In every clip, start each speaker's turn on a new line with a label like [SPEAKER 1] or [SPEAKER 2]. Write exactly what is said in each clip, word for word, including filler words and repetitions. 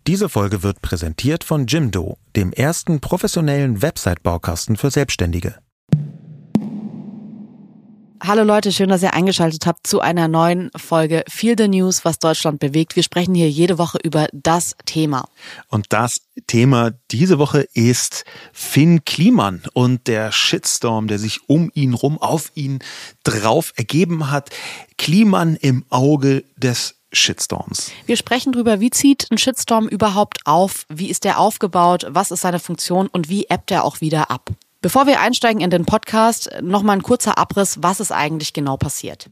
[SPEAKER 1] Diese Folge wird präsentiert von Jimdo, dem ersten professionellen Website-Baukasten für Selbstständige.
[SPEAKER 2] Hallo Leute, schön, dass ihr eingeschaltet habt zu einer neuen Folge Feel the News, was Deutschland bewegt. Wir sprechen hier jede Woche über das Thema.
[SPEAKER 1] Und das Thema diese Woche ist Finn Kliman und der Shitstorm, der sich um ihn rum, auf ihn drauf ergeben hat. Kliman im Auge des Shitstorms.
[SPEAKER 2] Wir sprechen drüber, wie zieht ein Shitstorm überhaupt auf, wie ist der aufgebaut, was ist seine Funktion und wie ebbt er auch wieder ab. Bevor wir einsteigen in den Podcast, nochmal ein kurzer Abriss, was ist eigentlich genau passiert.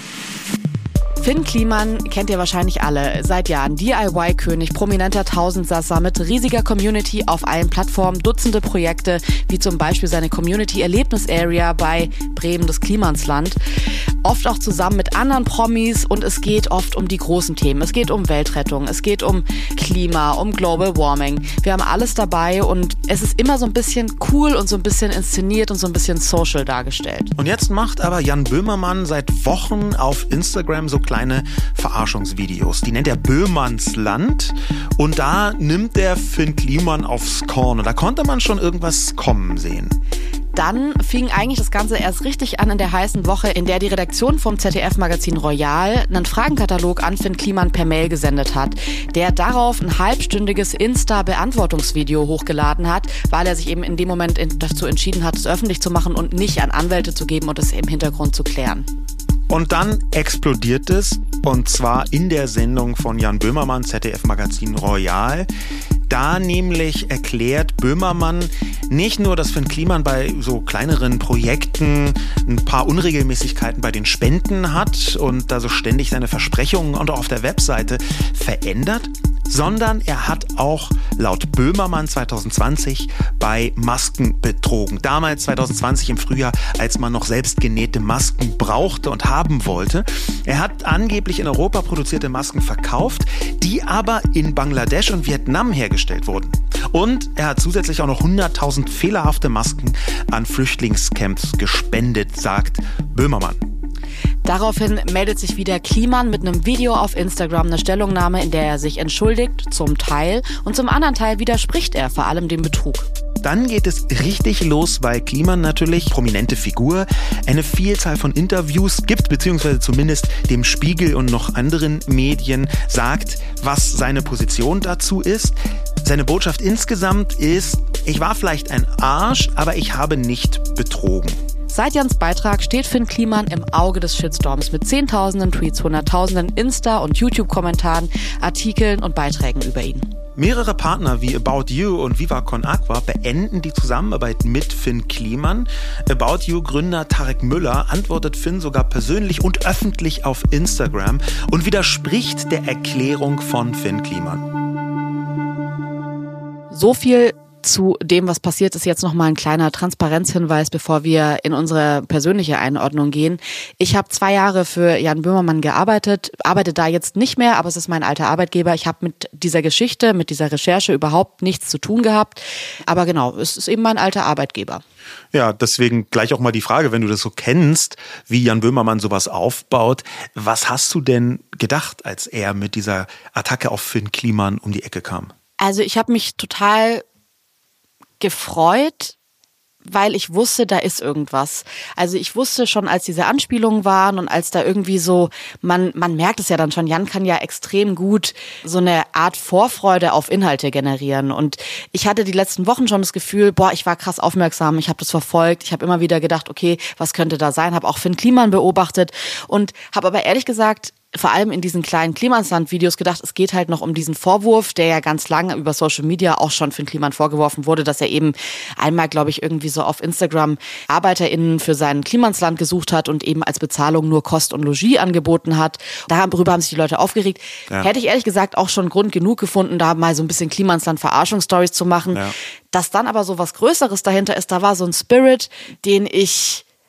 [SPEAKER 2] Finn Kliman kennt ihr wahrscheinlich alle. Seit Jahren D I Y-König, prominenter Tausendsasser mit riesiger Community auf allen Plattformen, Dutzende Projekte, wie zum Beispiel seine Community-Erlebnis-Area bei Bremen, das Klimansland. Oft auch zusammen mit anderen Promis und es geht oft um die großen Themen. Es geht um Weltrettung, es geht um Klima, um Global Warming. Wir haben alles dabei und es ist immer so ein bisschen cool und so ein bisschen inszeniert und so ein bisschen social dargestellt.
[SPEAKER 1] Und jetzt macht aber Jan Böhmermann seit Wochen auf Instagram so kleine Verarschungsvideos. Die nennt er Böhmannsland und da nimmt der Finn Kliman aufs Korn. Und da konnte man schon irgendwas kommen sehen.
[SPEAKER 2] Dann fing eigentlich das Ganze erst richtig an in der heißen Woche, in der die Redaktion vom Z D F-Magazin Royal einen Fragenkatalog an Finn Kliman per Mail gesendet hat, der darauf ein halbstündiges Insta-Beantwortungsvideo hochgeladen hat, weil er sich eben in dem Moment dazu entschieden hat, es öffentlich zu machen und nicht an Anwälte zu geben und es im Hintergrund zu klären.
[SPEAKER 1] Und dann explodiert es, und zwar in der Sendung von Jan Böhmermann, Z D F-Magazin Royal. Da nämlich erklärt Böhmermann nicht nur, dass Finn Kliman bei so kleineren Projekten ein paar Unregelmäßigkeiten bei den Spenden hat und da so ständig seine Versprechungen und auch auf der Webseite verändert, sondern er hat auch laut Böhmermann zwanzig zwanzig bei Masken betrogen. Damals zwanzig zwanzig im Frühjahr, als man noch selbst genähte Masken brauchte und haben wollte. Er hat angeblich in Europa produzierte Masken verkauft, die aber in Bangladesch und Vietnam hergestellt wurden. Und er hat zusätzlich auch noch hunderttausend fehlerhafte Masken an Flüchtlingscamps gespendet, sagt Böhmermann.
[SPEAKER 2] Daraufhin meldet sich wieder Kliman mit einem Video auf Instagram, eine Stellungnahme, in der er sich entschuldigt, zum Teil, und zum anderen Teil widerspricht er vor allem dem Betrug.
[SPEAKER 1] Dann geht es richtig los, weil Kliman natürlich, prominente Figur, eine Vielzahl von Interviews gibt, beziehungsweise zumindest dem Spiegel und noch anderen Medien sagt, was seine Position dazu ist. Seine Botschaft insgesamt ist, ich war vielleicht ein Arsch, aber ich habe nicht betrogen.
[SPEAKER 2] Seit Jans Beitrag steht Finn Kliman im Auge des Shitstorms mit Zehntausenden Tweets, Hunderttausenden Insta- und YouTube-Kommentaren, Artikeln und Beiträgen über ihn.
[SPEAKER 1] Mehrere Partner wie About You und Viva Con Agua beenden die Zusammenarbeit mit Finn Kliman. About You-Gründer Tarek Müller antwortet Finn sogar persönlich und öffentlich auf Instagram und widerspricht der Erklärung von Finn Kliman.
[SPEAKER 2] So viel zu dem, was passiert ist, jetzt nochmal ein kleiner Transparenzhinweis, bevor wir in unsere persönliche Einordnung gehen. Ich habe zwei Jahre für Jan Böhmermann gearbeitet, arbeite da jetzt nicht mehr, aber es ist mein alter Arbeitgeber. Ich habe mit dieser Geschichte, mit dieser Recherche überhaupt nichts zu tun gehabt. Aber genau, es ist eben mein alter Arbeitgeber.
[SPEAKER 1] Ja, deswegen gleich auch mal die Frage, wenn du das so kennst, wie Jan Böhmermann sowas aufbaut, was hast du denn gedacht, als er mit dieser Attacke auf Finn Kliman um die Ecke kam?
[SPEAKER 2] Also ich habe mich total gefreut, weil ich wusste, da ist irgendwas. Also ich wusste schon, als diese Anspielungen waren und als da irgendwie so, man man merkt es ja dann schon, Jan kann ja extrem gut so eine Art Vorfreude auf Inhalte generieren. Und ich hatte die letzten Wochen schon das Gefühl, boah, ich war krass aufmerksam, ich habe das verfolgt, ich habe immer wieder gedacht, okay, was könnte da sein, habe auch Finn Kliman beobachtet und habe aber ehrlich gesagt vor allem in diesen kleinen Klimansland-Videos gedacht, es geht halt noch um diesen Vorwurf, der ja ganz lange über Social Media auch schon Finn Kliman vorgeworfen wurde, dass er eben einmal, glaube ich, irgendwie so auf Instagram ArbeiterInnen für sein Klimansland gesucht hat und eben als Bezahlung nur Kost und Logis angeboten hat. Darüber haben sich die Leute aufgeregt. Ja. Hätte ich ehrlich gesagt auch schon Grund genug gefunden, da mal so ein bisschen Klimansland-Verarschungsstories zu machen. Ja. Dass dann aber so was Größeres dahinter ist, da war so ein Spirit, den ich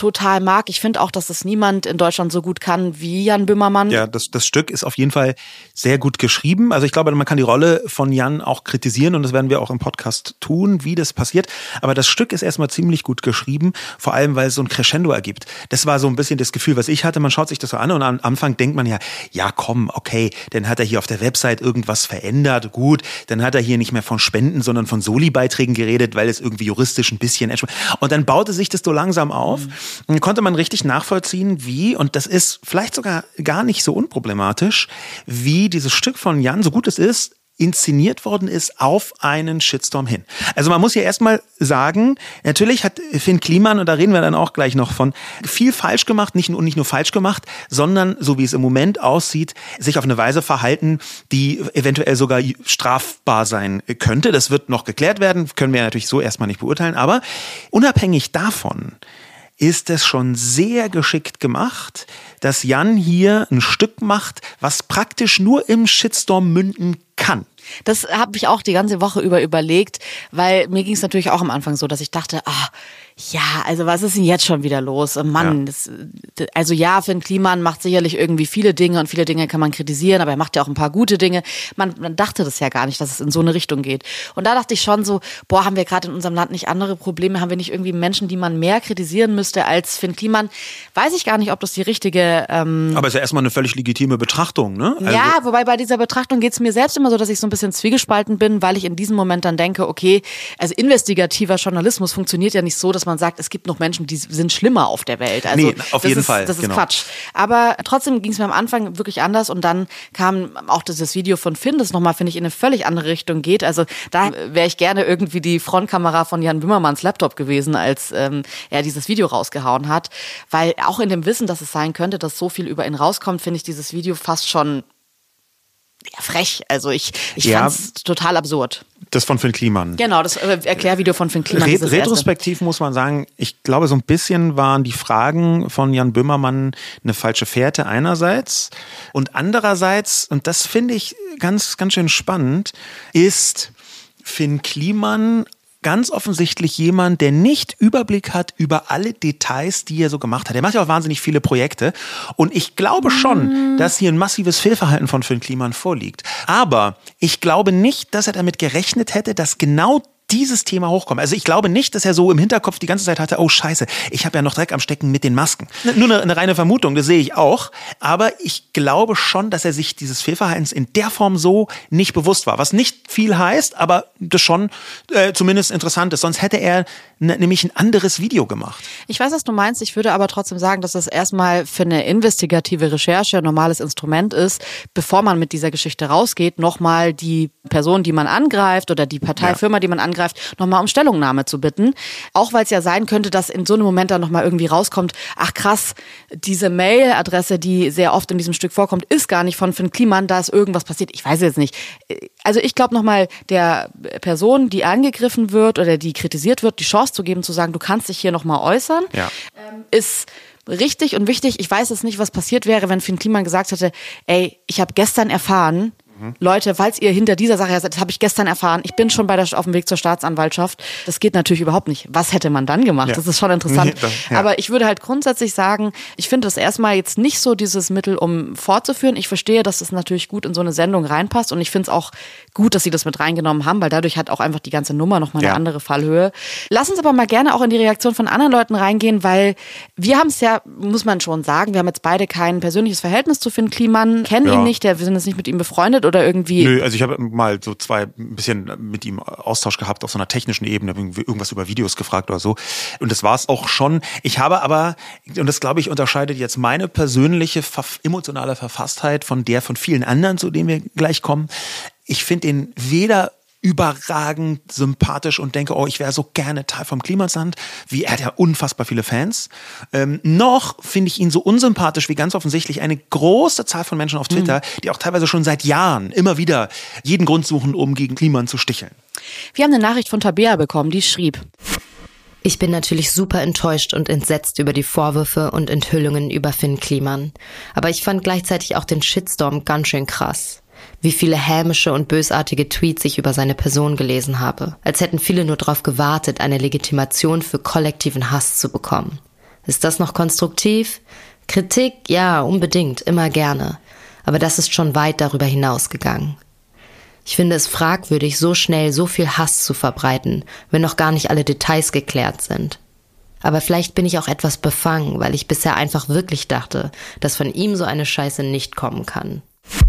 [SPEAKER 2] total mag. Ich finde auch, dass es niemand in Deutschland so gut kann wie Jan Böhmermann.
[SPEAKER 1] Ja, das, das Stück ist auf jeden Fall sehr gut geschrieben. Also ich glaube, man kann die Rolle von Jan auch kritisieren und das werden wir auch im Podcast tun, wie das passiert. Aber das Stück ist erstmal ziemlich gut geschrieben, vor allem, weil es so ein Crescendo ergibt. Das war so ein bisschen das Gefühl, was ich hatte. Man schaut sich das so an und am Anfang denkt man ja, ja komm, okay, dann hat er hier auf der Website irgendwas verändert. Gut, dann hat er hier nicht mehr von Spenden, sondern von Soli-Beiträgen geredet, weil es irgendwie juristisch ein bisschen... Und dann baute sich das so langsam auf. Mhm. Und dann konnte man richtig nachvollziehen, wie, und das ist vielleicht sogar gar nicht so unproblematisch, wie dieses Stück von Jan, so gut es ist, inszeniert worden ist auf einen Shitstorm hin. Also man muss ja erstmal sagen, natürlich hat Finn Kliman, und da reden wir dann auch gleich noch von, viel falsch gemacht, nicht nur, nicht nur falsch gemacht, sondern, so wie es im Moment aussieht, sich auf eine Weise verhalten, die eventuell sogar strafbar sein könnte. Das wird noch geklärt werden, können wir natürlich so erstmal nicht beurteilen, aber unabhängig davon ist es schon sehr geschickt gemacht, dass Jan hier ein Stück macht, was praktisch nur im Shitstorm münden kann.
[SPEAKER 2] Das habe ich auch die ganze Woche über überlegt, weil mir ging es natürlich auch am Anfang so, dass ich dachte, ah, ja, also was ist denn jetzt schon wieder los? Mann, ja. das, also ja, Finn Kliman macht sicherlich irgendwie viele Dinge und viele Dinge kann man kritisieren, aber er macht ja auch ein paar gute Dinge. Man, man dachte das ja gar nicht, dass es in so eine Richtung geht. Und da dachte ich schon so, boah, haben wir gerade in unserem Land nicht andere Probleme? Haben wir nicht irgendwie Menschen, die man mehr kritisieren müsste als Finn Kliman? Weiß ich gar nicht, ob das die richtige... Ähm
[SPEAKER 1] aber es ist ja erstmal eine völlig legitime Betrachtung, ne? Also
[SPEAKER 2] ja, wobei bei dieser Betrachtung geht es mir selbst immer so, dass ich so ein bisschen zwiegespalten bin, weil ich in diesem Moment dann denke, okay, also investigativer Journalismus funktioniert ja nicht so, dass man sagt, es gibt noch Menschen, die sind schlimmer auf der Welt. Also
[SPEAKER 1] nee, auf jeden
[SPEAKER 2] ist,
[SPEAKER 1] Fall.
[SPEAKER 2] Das ist
[SPEAKER 1] genau.
[SPEAKER 2] Quatsch. Aber trotzdem ging es mir am Anfang wirklich anders und dann kam auch dieses Video von Finn, das nochmal, finde ich, in eine völlig andere Richtung geht. Also da wäre ich gerne irgendwie die Frontkamera von Jan Böhmermanns Laptop gewesen, als ähm, er dieses Video rausgehauen hat. Weil auch in dem Wissen, dass es sein könnte, dass so viel über ihn rauskommt, finde ich dieses Video fast schon ja, frech. Also ich, ich
[SPEAKER 1] ja,
[SPEAKER 2] fand's total absurd.
[SPEAKER 1] Das von Finn Kliman.
[SPEAKER 2] Genau, das Erklärvideo von Finn Kliman.
[SPEAKER 1] Ret- retrospektiv muss man sagen, ich glaube, so ein bisschen waren die Fragen von Jan Böhmermann eine falsche Fährte einerseits. Und andererseits, und das finde ich ganz, ganz schön spannend, ist Finn Kliman ganz offensichtlich jemand, der nicht Überblick hat über alle Details, die er so gemacht hat. Er macht ja auch wahnsinnig viele Projekte und ich glaube schon, mm. dass hier ein massives Fehlverhalten von Finn Kliman vorliegt. Aber ich glaube nicht, dass er damit gerechnet hätte, dass genau dieses Thema hochkommt. Also ich glaube nicht, dass er so im Hinterkopf die ganze Zeit hatte, oh scheiße, ich habe ja noch Dreck am Stecken mit den Masken. Nur eine, eine reine Vermutung, das sehe ich auch. Aber ich glaube schon, dass er sich dieses Fehlverhaltens in der Form so nicht bewusst war. Was nicht viel heißt, aber das schon äh, zumindest interessant ist. Sonst hätte er ne, nämlich ein anderes Video gemacht.
[SPEAKER 2] Ich weiß, was du meinst. Ich würde aber trotzdem sagen, dass das erstmal für eine investigative Recherche ein normales Instrument ist, bevor man mit dieser Geschichte rausgeht, nochmal die Person, die man angreift oder die Parteifirma, ja. die man angreift, nochmal um Stellungnahme zu bitten. Auch weil es ja sein könnte, dass in so einem Moment dann nochmal irgendwie rauskommt, ach krass, diese Mailadresse, die sehr oft in diesem Stück vorkommt, ist gar nicht von Finn Kliman, da ist irgendwas passiert. Ich weiß jetzt nicht. Also ich glaube nochmal, der Person, die angegriffen wird oder die kritisiert wird, die Chance zu geben, zu sagen, du kannst dich hier nochmal äußern,
[SPEAKER 1] ja.
[SPEAKER 2] ist richtig und wichtig. Ich weiß jetzt nicht, was passiert wäre, wenn Finn Kliman gesagt hätte, ey, ich habe gestern erfahren, Leute, falls ihr hinter dieser Sache seid, das habe ich gestern erfahren, ich bin schon bei der, auf dem Weg zur Staatsanwaltschaft. Das geht natürlich überhaupt nicht. Was hätte man dann gemacht? Ja. Das ist schon interessant. Ja, ja. Aber ich würde halt grundsätzlich sagen, ich finde das erstmal jetzt nicht so dieses Mittel, um fortzuführen. Ich verstehe, dass es natürlich gut in so eine Sendung reinpasst und ich finde es auch gut, dass sie das mit reingenommen haben, weil dadurch hat auch einfach die ganze Nummer nochmal eine ja. andere Fallhöhe. Lass uns aber mal gerne auch in die Reaktion von anderen Leuten reingehen, weil wir haben es ja, muss man schon sagen, wir haben jetzt beide kein persönliches Verhältnis zu Finn Kliman, kennen ja. ihn nicht, wir sind jetzt nicht mit ihm befreundet oder irgendwie.
[SPEAKER 1] Nö, also ich habe mal so zwei, ein bisschen mit ihm Austausch gehabt auf so einer technischen Ebene, irgendwas über Videos gefragt oder so. Und das war es auch schon. Ich habe aber, und das glaube ich unterscheidet jetzt meine persönliche emotionale Verfasstheit von der von vielen anderen, zu denen wir gleich kommen. Ich finde ihn weder überragend sympathisch und denke, oh, ich wäre so gerne Teil vom Klimasand, wie er hat ja unfassbar viele Fans. Ähm, noch finde ich ihn so unsympathisch wie ganz offensichtlich eine große Zahl von Menschen auf Twitter, mhm. die auch teilweise schon seit Jahren immer wieder jeden Grund suchen, um gegen Kliman zu sticheln.
[SPEAKER 2] Wir haben eine Nachricht von Tabea bekommen, die schrieb:
[SPEAKER 3] Ich bin natürlich super enttäuscht und entsetzt über die Vorwürfe und Enthüllungen über Finn Kliman. Aber ich fand gleichzeitig auch den Shitstorm ganz schön krass. Wie viele hämische und bösartige Tweets ich über seine Person gelesen habe. Als hätten viele nur darauf gewartet, eine Legitimation für kollektiven Hass zu bekommen. Ist das noch konstruktiv? Kritik, ja, unbedingt, immer gerne. Aber das ist schon weit darüber hinausgegangen. Ich finde es fragwürdig, so schnell so viel Hass zu verbreiten, wenn noch gar nicht alle Details geklärt sind. Aber vielleicht bin ich auch etwas befangen, weil ich bisher einfach wirklich dachte, dass von ihm so eine Scheiße nicht kommen kann.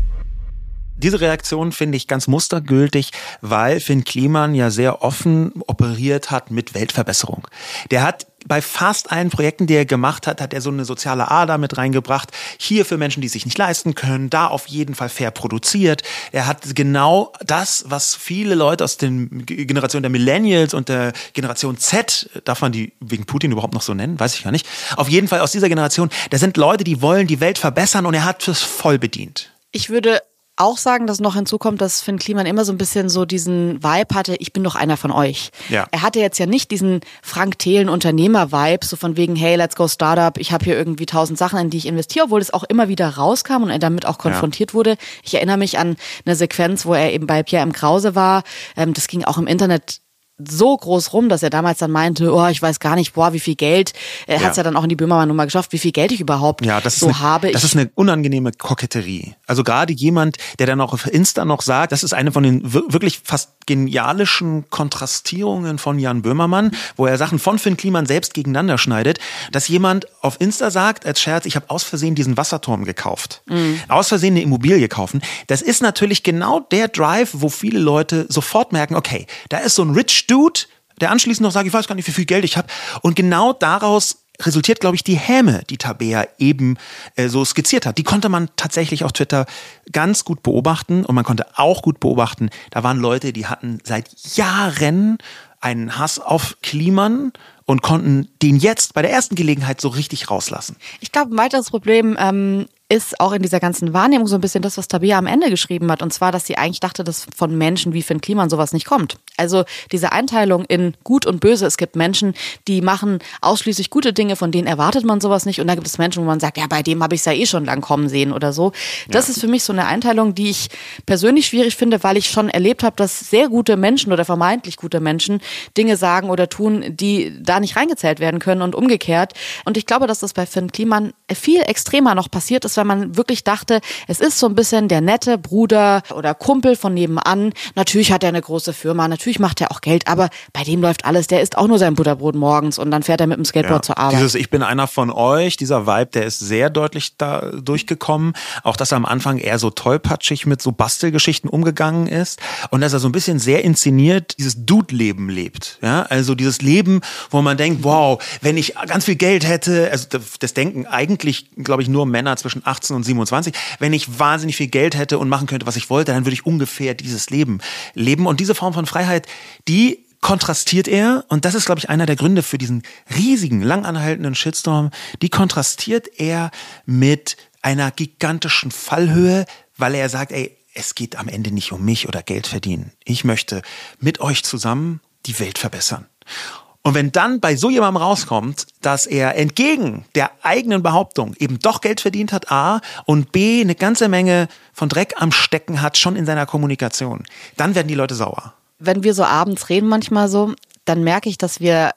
[SPEAKER 1] Diese Reaktion finde ich ganz mustergültig, weil Finn Kliman ja sehr offen operiert hat mit Weltverbesserung. Der hat bei fast allen Projekten, die er gemacht hat, hat er so eine soziale Ader mit reingebracht. Hier für Menschen, die sich nicht leisten können, da auf jeden Fall fair produziert. Er hat genau das, was viele Leute aus der Generation der Millennials und der Generation Z, darf man die wegen Putin überhaupt noch so nennen? Weiß ich gar nicht. Auf jeden Fall aus dieser Generation, da sind Leute, die wollen die Welt verbessern und er hat es voll bedient.
[SPEAKER 2] Ich würde auch sagen, dass noch hinzukommt, dass Finn Kliman immer so ein bisschen so diesen Vibe hatte, ich bin doch einer von euch.
[SPEAKER 1] Ja.
[SPEAKER 2] Er hatte jetzt ja nicht diesen Frank Thelen Unternehmer-Vibe, so von wegen, hey, let's go Startup, ich habe hier irgendwie tausend Sachen, in die ich investiere, obwohl es auch immer wieder rauskam und er damit auch konfrontiert ja. wurde. Ich erinnere mich an eine Sequenz, wo er eben bei Pierre M. Krause war. Das ging auch im Internet so groß rum, dass er damals dann meinte, oh, ich weiß gar nicht, boah, wie viel Geld, er ja. hat es ja dann auch in die Böhmermann-Nummer geschafft, wie viel Geld ich überhaupt
[SPEAKER 1] ja, das
[SPEAKER 2] so
[SPEAKER 1] ist eine,
[SPEAKER 2] habe.
[SPEAKER 1] Das
[SPEAKER 2] ich
[SPEAKER 1] ist eine unangenehme Koketterie. Also gerade jemand, der dann auch auf Insta noch sagt, das ist eine von den wirklich fast genialischen Kontrastierungen von Jan Böhmermann, wo er Sachen von Finn Kliman selbst gegeneinander schneidet, dass jemand auf Insta sagt, als Scherz, ich habe aus Versehen diesen Wasserturm gekauft. Mhm. Aus Versehen eine Immobilie kaufen. Das ist natürlich genau der Drive, wo viele Leute sofort merken, okay, da ist so ein Rich Dude, der anschließend noch sagt, ich weiß gar nicht, wie viel Geld ich habe. Und genau daraus resultiert, glaube ich, die Häme, die Tabea eben äh, so skizziert hat. Die konnte man tatsächlich auf Twitter ganz gut beobachten. Und man konnte auch gut beobachten, da waren Leute, die hatten seit Jahren einen Hass auf Kliman und konnten den jetzt bei der ersten Gelegenheit so richtig rauslassen.
[SPEAKER 2] Ich glaube, ein weiteres Problem ähm, ist auch in dieser ganzen Wahrnehmung so ein bisschen das, was Tabea am Ende geschrieben hat. Und zwar, dass sie eigentlich dachte, dass von Menschen wie Finn Kliman sowas nicht kommt. Also diese Einteilung in Gut und Böse. Es gibt Menschen, die machen ausschließlich gute Dinge, von denen erwartet man sowas nicht. Und dann gibt es Menschen, wo man sagt, ja, bei dem habe ich es ja eh schon lang kommen sehen oder so. Das ja. ist für mich so eine Einteilung, die ich persönlich schwierig finde, weil ich schon erlebt habe, dass sehr gute Menschen oder vermeintlich gute Menschen Dinge sagen oder tun, die da nicht reingezählt werden können und umgekehrt. Und ich glaube, dass das bei Finn Kliman viel extremer noch passiert ist, weil man wirklich dachte, es ist so ein bisschen der nette Bruder oder Kumpel von nebenan. Natürlich hat er eine große Firma, natürlich macht er auch Geld, aber bei dem läuft alles. Der isst auch nur sein Butterbrot morgens und dann fährt er mit dem Skateboard ja, zur Arbeit.
[SPEAKER 1] Dieses Ich bin einer von euch, dieser Vibe, der ist sehr deutlich da durchgekommen. Auch, dass er am Anfang eher so tollpatschig mit so Bastelgeschichten umgegangen ist und dass er so ein bisschen sehr inszeniert dieses Dude-Leben lebt. Ja, also dieses Leben, wo man denkt, wow, wenn ich ganz viel Geld hätte, also das denken eigentlich, glaube ich, nur Männer zwischen achtzehn und siebenundzwanzig, wenn ich wahnsinnig viel Geld hätte und machen könnte, was ich wollte, dann würde ich ungefähr dieses Leben leben. Und diese Form von Freiheit, die kontrastiert er, und das ist, glaube ich, einer der Gründe für diesen riesigen, lang anhaltenden Shitstorm, die kontrastiert er mit einer gigantischen Fallhöhe, weil er sagt, ey, es geht am Ende nicht um mich oder Geld verdienen. Ich möchte mit euch zusammen die Welt verbessern. Und wenn dann bei so jemandem rauskommt, dass er entgegen der eigenen Behauptung eben doch Geld verdient hat, A, und B, eine ganze Menge von Dreck am Stecken hat, schon in seiner Kommunikation, dann werden die Leute sauer.
[SPEAKER 2] Wenn wir so abends reden manchmal so, dann merke ich, dass wir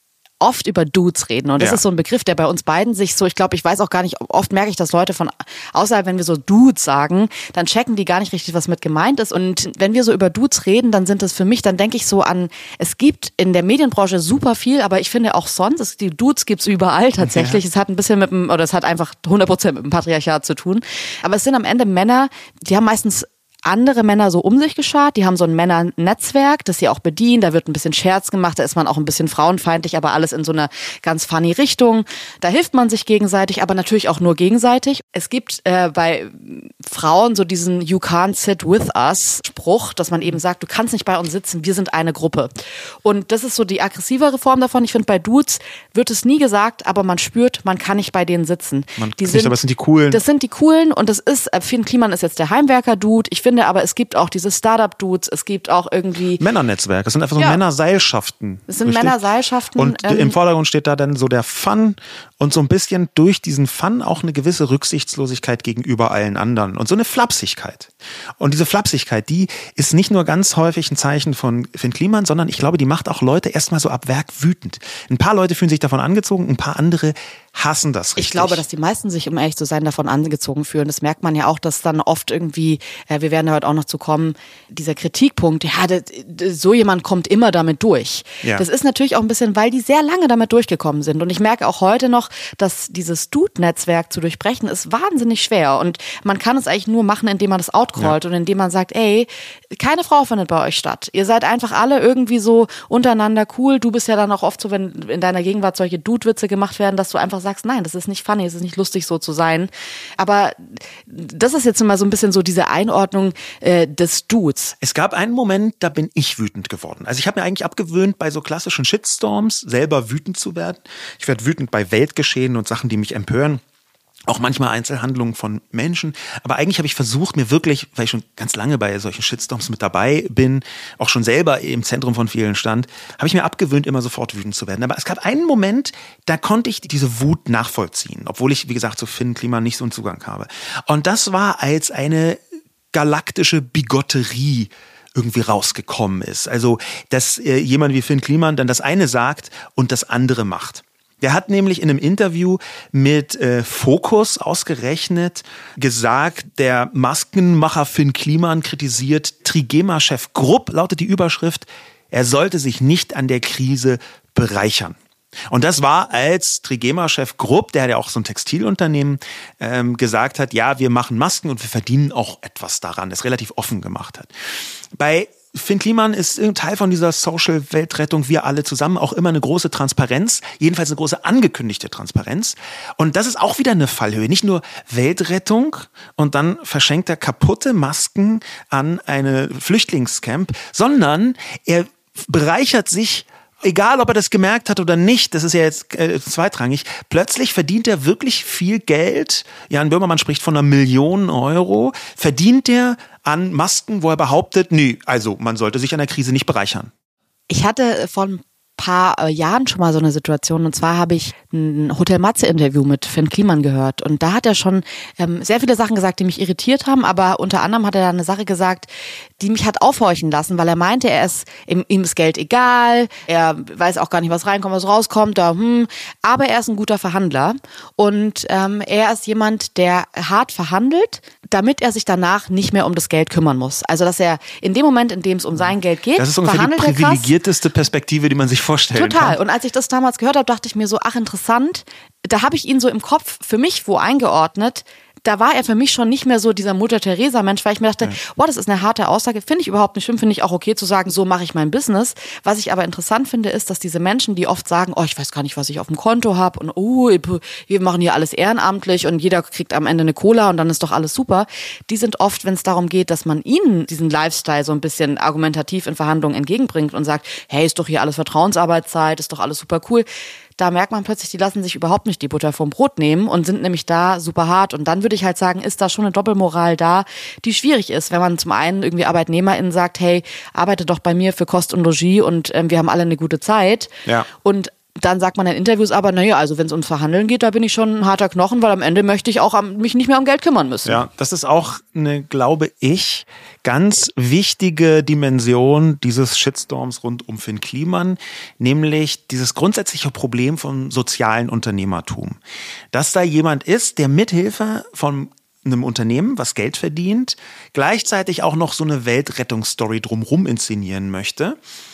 [SPEAKER 2] oft über Dudes reden. Und das ja. ist so ein Begriff, der bei uns beiden sich so, ich glaube, ich weiß auch gar nicht, oft merke ich, dass Leute von außerhalb, wenn wir so Dudes sagen, dann checken die gar nicht richtig, was mit gemeint ist. Und wenn wir so über Dudes reden, dann sind das für mich, dann denke ich so an, es gibt in der Medienbranche super viel, aber ich finde auch sonst, es, die Dudes gibt's überall tatsächlich. Ja. Es hat ein bisschen mit dem, oder es hat einfach hundert Prozent mit dem Patriarchat zu tun. Aber es sind am Ende Männer, die haben meistens andere Männer so um sich geschart, die haben so ein Männernetzwerk, das sie auch bedienen, da wird ein bisschen Scherz gemacht, da ist man auch ein bisschen frauenfeindlich, aber alles in so einer ganz funny Richtung. Da hilft man sich gegenseitig, aber natürlich auch nur gegenseitig. Es gibt äh, bei Frauen so diesen You can't sit with us Spruch, dass man eben sagt, du kannst nicht bei uns sitzen, wir sind eine Gruppe. Und das ist so die aggressivere Form davon. Ich finde, bei Dudes wird es nie gesagt, aber man spürt, man kann nicht bei denen sitzen.
[SPEAKER 1] Man
[SPEAKER 2] die
[SPEAKER 1] nicht,
[SPEAKER 2] sind,
[SPEAKER 1] aber es sind die Coolen.
[SPEAKER 2] Das sind die Coolen und das ist, Finn Kliman ist jetzt der Heimwerker-Dude. Ich finde aber, es gibt auch diese Startup-Dudes, es gibt auch irgendwie...
[SPEAKER 1] Männernetzwerke, es sind einfach so ja. Männerseilschaften.
[SPEAKER 2] Es sind richtig? Männerseilschaften.
[SPEAKER 1] Und ähm, im Vordergrund steht da dann so der Fun und so ein bisschen durch diesen Fun auch eine gewisse Rücksichtslosigkeit gegenüber allen anderen und so eine Flapsigkeit. Und diese Flapsigkeit, die ist nicht nur ganz häufig ein Zeichen von Finn Kliman, sondern ich glaube, die macht auch Leute erstmal so ab Werk wütend. Ein paar Leute fühlen sich davon angezogen, ein paar andere hassen das richtig.
[SPEAKER 2] Ich glaube, dass die meisten sich, um ehrlich zu sein, davon angezogen fühlen. Das merkt man ja auch, dass dann oft irgendwie, äh, wir werden da heute auch noch zu kommen, dieser Kritikpunkt, ja, das, so jemand kommt immer damit durch. Ja. Das ist natürlich auch ein bisschen, weil die sehr lange damit durchgekommen sind. Und ich merke auch heute noch, dass dieses Dude-Netzwerk zu durchbrechen ist wahnsinnig schwer. Und man kann es eigentlich nur machen, indem man das outcallt ja. und indem man sagt, ey, keine Frau findet bei euch statt. Ihr seid einfach alle irgendwie so untereinander cool. Du bist ja dann auch oft so, wenn in deiner Gegenwart solche Dude-Witze gemacht werden, dass du einfach sagst, nein, das ist nicht funny, es ist nicht lustig, so zu sein. Aber das ist jetzt mal so ein bisschen so diese Einordnung äh, des Dudes.
[SPEAKER 1] Es gab einen Moment, da bin ich wütend geworden. Also ich habe mir eigentlich abgewöhnt, bei so klassischen Shitstorms selber wütend zu werden. Ich werde wütend bei Weltgeschehen und Sachen, die mich empören. Auch manchmal Einzelhandlungen von Menschen. Aber eigentlich habe ich versucht, mir wirklich, weil ich schon ganz lange bei solchen Shitstorms mit dabei bin, auch schon selber im Zentrum von vielen stand, habe ich mir abgewöhnt, immer sofort wütend zu werden. Aber es gab einen Moment, da konnte ich diese Wut nachvollziehen, obwohl ich, wie gesagt, zu Finn Kliman nicht so einen Zugang habe. Und das war, als eine galaktische Bigotterie irgendwie rausgekommen ist. Also, dass äh, jemand wie Finn Kliman dann das eine sagt und das andere macht. Der hat nämlich in einem Interview mit äh, Focus ausgerechnet gesagt, der Maskenmacher Finn Kliman kritisiert Trigema-Chef Grupp, lautet die Überschrift, er sollte sich nicht an der Krise bereichern. Und das war, als Trigema-Chef Grupp, der hat ja auch so ein Textilunternehmen, ähm, gesagt hat, ja, wir machen Masken und wir verdienen auch etwas daran, das relativ offen gemacht hat. Bei Finn Kliman ist ein Teil von dieser Social-Weltrettung, wir alle zusammen, auch immer eine große Transparenz, jedenfalls eine große angekündigte Transparenz. Und das ist auch wieder eine Fallhöhe. Nicht nur Weltrettung und dann verschenkt er kaputte Masken an eine Flüchtlingscamp, sondern er bereichert sich, egal ob er das gemerkt hat oder nicht, das ist ja jetzt äh, zweitrangig, plötzlich verdient er wirklich viel Geld. Jan Böhmermann spricht von einer Million Euro. Verdient er an Masken, wo er behauptet, nee, also man sollte sich an der Krise nicht bereichern.
[SPEAKER 2] Ich hatte vor ein paar Jahren schon mal so eine Situation, und zwar habe ich ein Hotel Matze-Interview mit Finn Kliman gehört und da hat er schon ähm, sehr viele Sachen gesagt, die mich irritiert haben, aber unter anderem hat er da eine Sache gesagt, die mich hat aufhorchen lassen, weil er meinte, er ist, ihm, ihm ist Geld egal, er weiß auch gar nicht, was reinkommt, was rauskommt, da, hm, aber er ist ein guter Verhandler und ähm, er ist jemand, der hart verhandelt, damit er sich danach nicht mehr um das Geld kümmern muss. Also, dass er in dem Moment, in dem es um sein Geld geht,
[SPEAKER 1] das ist ungefähr die privilegierteste Perspektive, die man sich vorstellen
[SPEAKER 2] Total. kann.
[SPEAKER 1] Total.
[SPEAKER 2] Und als ich das damals gehört habe, dachte ich mir so, ach interessant, da habe ich ihn so im Kopf für mich wo eingeordnet, da war er für mich schon nicht mehr so dieser Mutter-Theresa-Mensch, weil ich mir dachte, ja. boah, das ist eine harte Aussage, finde ich überhaupt nicht schlimm, finde ich auch okay zu sagen, so mache ich mein Business. Was ich aber interessant finde, ist, dass diese Menschen, die oft sagen, oh, ich weiß gar nicht, was ich auf dem Konto habe und oh, wir machen hier alles ehrenamtlich und jeder kriegt am Ende eine Cola und dann ist doch alles super, die sind oft, wenn es darum geht, dass man ihnen diesen Lifestyle so ein bisschen argumentativ in Verhandlungen entgegenbringt und sagt, hey, ist doch hier alles Vertrauensarbeitszeit, ist doch alles super cool. Da merkt man plötzlich, die lassen sich überhaupt nicht die Butter vom Brot nehmen und sind nämlich da super hart. Und dann würde ich halt sagen, ist da schon eine Doppelmoral da, die schwierig ist, wenn man zum einen irgendwie ArbeitnehmerInnen sagt, hey, arbeite doch bei mir für Kost und Logis und ähm, wir haben alle eine gute Zeit.
[SPEAKER 1] Ja.
[SPEAKER 2] Und dann sagt man in Interviews aber, naja, also wenn es ums Verhandeln geht, da bin ich schon ein harter Knochen, weil am Ende möchte ich auch am, mich nicht mehr um Geld kümmern müssen.
[SPEAKER 1] Ja, das ist auch eine, glaube ich, ganz wichtige Dimension dieses Shitstorms rund um Finn Kliman, nämlich dieses grundsätzliche Problem von sozialen Unternehmertum. Dass da jemand ist, der mithilfe von einem Unternehmen, was Geld verdient, gleichzeitig auch noch so eine Weltrettungsstory drumherum inszenieren möchte.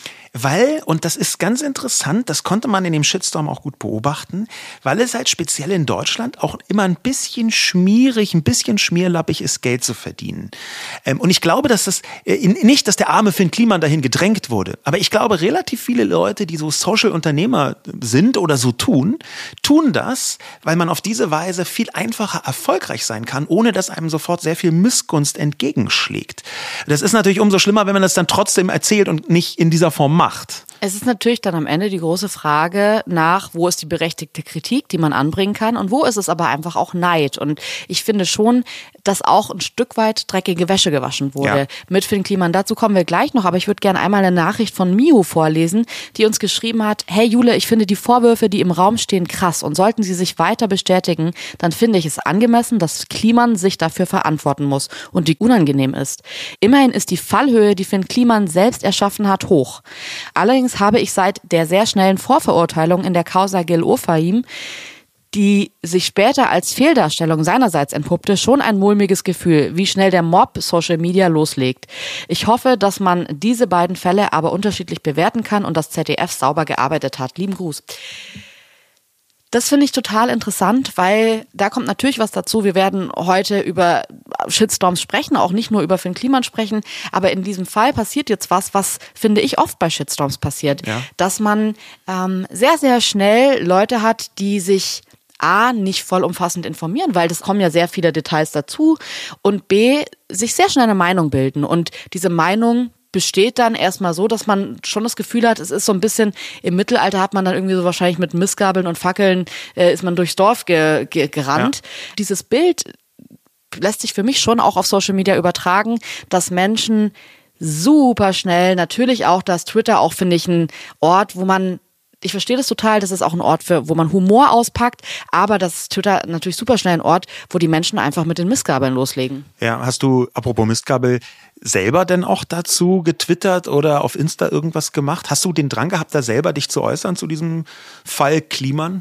[SPEAKER 1] Weil, und das ist ganz interessant, das konnte man in dem Shitstorm auch gut beobachten, weil es halt speziell in Deutschland auch immer ein bisschen schmierig, ein bisschen schmierlappig ist, Geld zu verdienen. Und ich glaube, dass das, nicht, dass der arme Finn Kliman dahin gedrängt wurde, aber ich glaube, relativ viele Leute, die so Social-Unternehmer sind oder so tun, tun das, weil man auf diese Weise viel einfacher erfolgreich sein kann, ohne dass einem sofort sehr viel Missgunst entgegenschlägt. Das ist natürlich umso schlimmer, wenn man das dann trotzdem erzählt und nicht in dieser Form macht. Macht.
[SPEAKER 2] Es ist natürlich dann am Ende die große Frage nach, wo ist die berechtigte Kritik, die man anbringen kann und wo ist es aber einfach auch Neid. Und ich finde schon, dass auch ein Stück weit dreckige Wäsche gewaschen wurde
[SPEAKER 1] Ja.
[SPEAKER 2] mit Finn Kliman. Dazu kommen wir gleich noch, aber ich würde gerne einmal eine Nachricht von Miu vorlesen, die uns geschrieben hat: Hey Jule, ich finde die Vorwürfe, die im Raum stehen, krass, und sollten sie sich weiter bestätigen, dann finde ich es angemessen, dass Kliman sich dafür verantworten muss und die unangenehm ist. Immerhin ist die Fallhöhe, die Finn Kliman selbst erschaffen hat, hoch. Allerdings habe ich seit der sehr schnellen Vorverurteilung in der Causa Gil Ofaim, die sich später als Fehldarstellung seinerseits entpuppte, schon ein mulmiges Gefühl, wie schnell der Mob Social Media loslegt. Ich hoffe, dass man diese beiden Fälle aber unterschiedlich bewerten kann und das Z D F sauber gearbeitet hat. Lieben Gruß. Das finde ich total interessant, weil da kommt natürlich was dazu. Wir werden heute über Shitstorms sprechen, auch nicht nur über Finn Kliman sprechen, aber in diesem Fall passiert jetzt was, was, finde ich, oft bei Shitstorms passiert.
[SPEAKER 1] Ja.
[SPEAKER 2] Dass man ähm, sehr, sehr schnell Leute hat, die sich A, nicht vollumfassend informieren, weil das kommen ja sehr viele Details dazu, und B, sich sehr schnell eine Meinung bilden. Und diese Meinung besteht dann erstmal so, dass man schon das Gefühl hat, es ist so ein bisschen, im Mittelalter hat man dann irgendwie so wahrscheinlich mit Mistgabeln und Fackeln, äh, ist man durchs Dorf ge- ge- gerannt. Ja. Dieses Bild lässt sich für mich schon auch auf Social Media übertragen, dass Menschen super schnell, natürlich auch, dass Twitter auch, finde ich, ein Ort, wo man, ich verstehe das total, das ist auch ein Ort, für, wo man Humor auspackt, aber das ist Twitter natürlich super schnell ein Ort, wo die Menschen einfach mit den Mistgabeln loslegen.
[SPEAKER 1] Ja, hast du, apropos Mistgabel, selber denn auch dazu getwittert oder auf Insta irgendwas gemacht? Hast du den Drang gehabt, da selber dich zu äußern zu diesem Fall Kliman?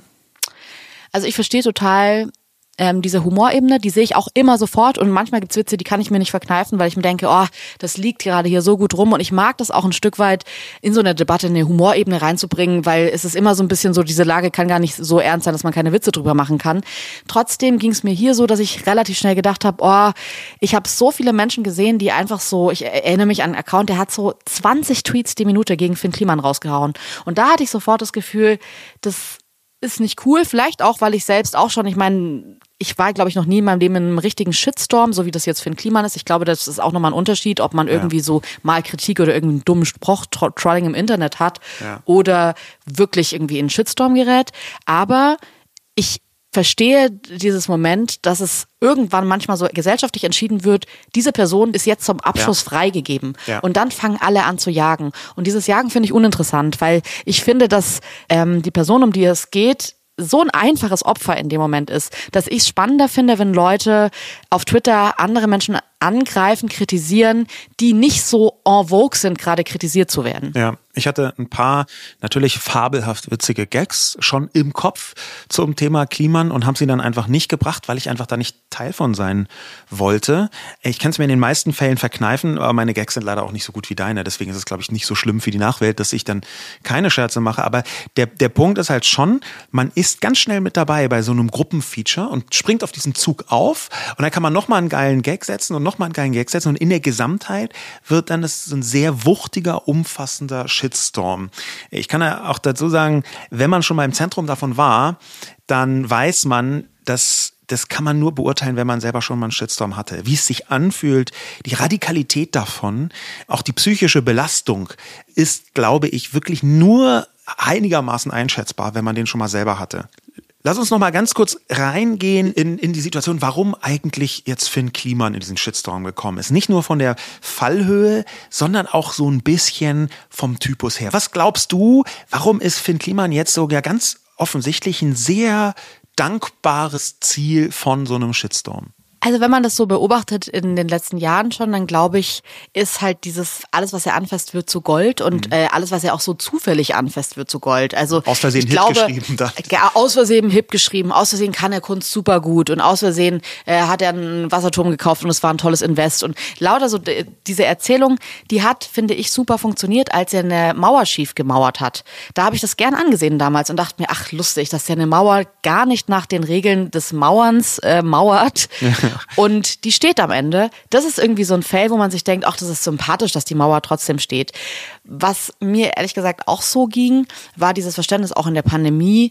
[SPEAKER 2] Also ich verstehe total Ähm, diese Humorebene, die sehe ich auch immer sofort, und manchmal gibt's Witze, die kann ich mir nicht verkneifen, weil ich mir denke, oh, das liegt gerade hier so gut rum, und ich mag das auch ein Stück weit in so eine Debatte eine Humorebene reinzubringen, weil es ist immer so ein bisschen so, diese Lage kann gar nicht so ernst sein, dass man keine Witze drüber machen kann. Trotzdem ging's mir hier so, dass ich relativ schnell gedacht habe, oh, ich habe so viele Menschen gesehen, die einfach so, ich erinnere mich an einen Account, der hat so zwanzig Tweets die Minute gegen Finn Kliman rausgehauen, und da hatte ich sofort das Gefühl, das ist nicht cool, vielleicht auch, weil ich selbst auch schon, ich meine, ich war, glaube ich, noch nie in meinem Leben in einem richtigen Shitstorm, so wie das jetzt Finn Kliman ist. Ich glaube, das ist auch nochmal ein Unterschied, ob man irgendwie ja. so mal Kritik oder irgendeinen dummen Spruch, Trolling im Internet hat ja. oder wirklich irgendwie in einen Shitstorm gerät. Aber ich verstehe dieses Moment, dass es irgendwann manchmal so gesellschaftlich entschieden wird, diese Person ist jetzt zum Abschluss ja. freigegeben. Ja. Und dann fangen alle an zu jagen. Und dieses Jagen finde ich uninteressant, weil ich finde, dass ähm, die Person, um die es geht, so ein einfaches Opfer in dem Moment ist, dass ich es spannender finde, wenn Leute auf Twitter andere Menschen angreifen, kritisieren, die nicht so en vogue sind, gerade kritisiert zu werden.
[SPEAKER 1] Ja, ich hatte ein paar natürlich fabelhaft witzige Gags schon im Kopf zum Thema Kliman und habe sie dann einfach nicht gebracht, weil ich einfach da nicht Teil von sein wollte. Ich kann es mir in den meisten Fällen verkneifen, aber meine Gags sind leider auch nicht so gut wie deine. Deswegen ist es, glaube ich, nicht so schlimm für die Nachwelt, dass ich dann keine Scherze mache. Aber der, der Punkt ist halt schon, man ist ganz schnell mit dabei bei so einem Gruppenfeature und springt auf diesen Zug auf, und dann kann man nochmal einen geilen Gag setzen und noch mal einen geilen Gag setzen, und in der Gesamtheit wird dann das so ein sehr wuchtiger, umfassender Shitstorm. Ich kann ja auch dazu sagen, wenn man schon mal im Zentrum davon war, dann weiß man, dass das kann man nur beurteilen, wenn man selber schon mal einen Shitstorm hatte. Wie es sich anfühlt, die Radikalität davon, auch die psychische Belastung ist, glaube ich, wirklich nur einigermaßen einschätzbar, wenn man den schon mal selber hatte. Lass uns noch mal ganz kurz reingehen in, in die Situation, warum eigentlich jetzt Finn Kliman in diesen Shitstorm gekommen ist. Nicht nur von der Fallhöhe, sondern auch so ein bisschen vom Typus her. Was glaubst du, warum ist Finn Kliman jetzt sogar ganz offensichtlich ein sehr dankbares Ziel von so einem Shitstorm?
[SPEAKER 2] Also wenn man das so beobachtet in den letzten Jahren schon, dann glaube ich, ist halt dieses, alles was er anfasst, wird zu Gold, und mhm. äh, alles was er auch so zufällig anfasst, wird zu Gold. Also
[SPEAKER 1] aus Versehen
[SPEAKER 2] ich glaube,
[SPEAKER 1] Hit geschrieben. Dann.
[SPEAKER 2] Aus Versehen Hip geschrieben, aus Versehen kann er Kunst super gut, und aus Versehen äh, hat er einen Wasserturm gekauft und es war ein tolles Invest, und lauter so d- diese Erzählung, die hat, finde ich, super funktioniert, als er eine Mauer schief gemauert hat. Da habe ich das gern angesehen damals und dachte mir, ach lustig, dass der eine Mauer gar nicht nach den Regeln des Mauerns äh, mauert. Und die steht am Ende. Das ist irgendwie so ein Fail, wo man sich denkt, ach, das ist sympathisch, dass die Mauer trotzdem steht. Was mir ehrlich gesagt auch so ging, war dieses Verständnis auch in der Pandemie,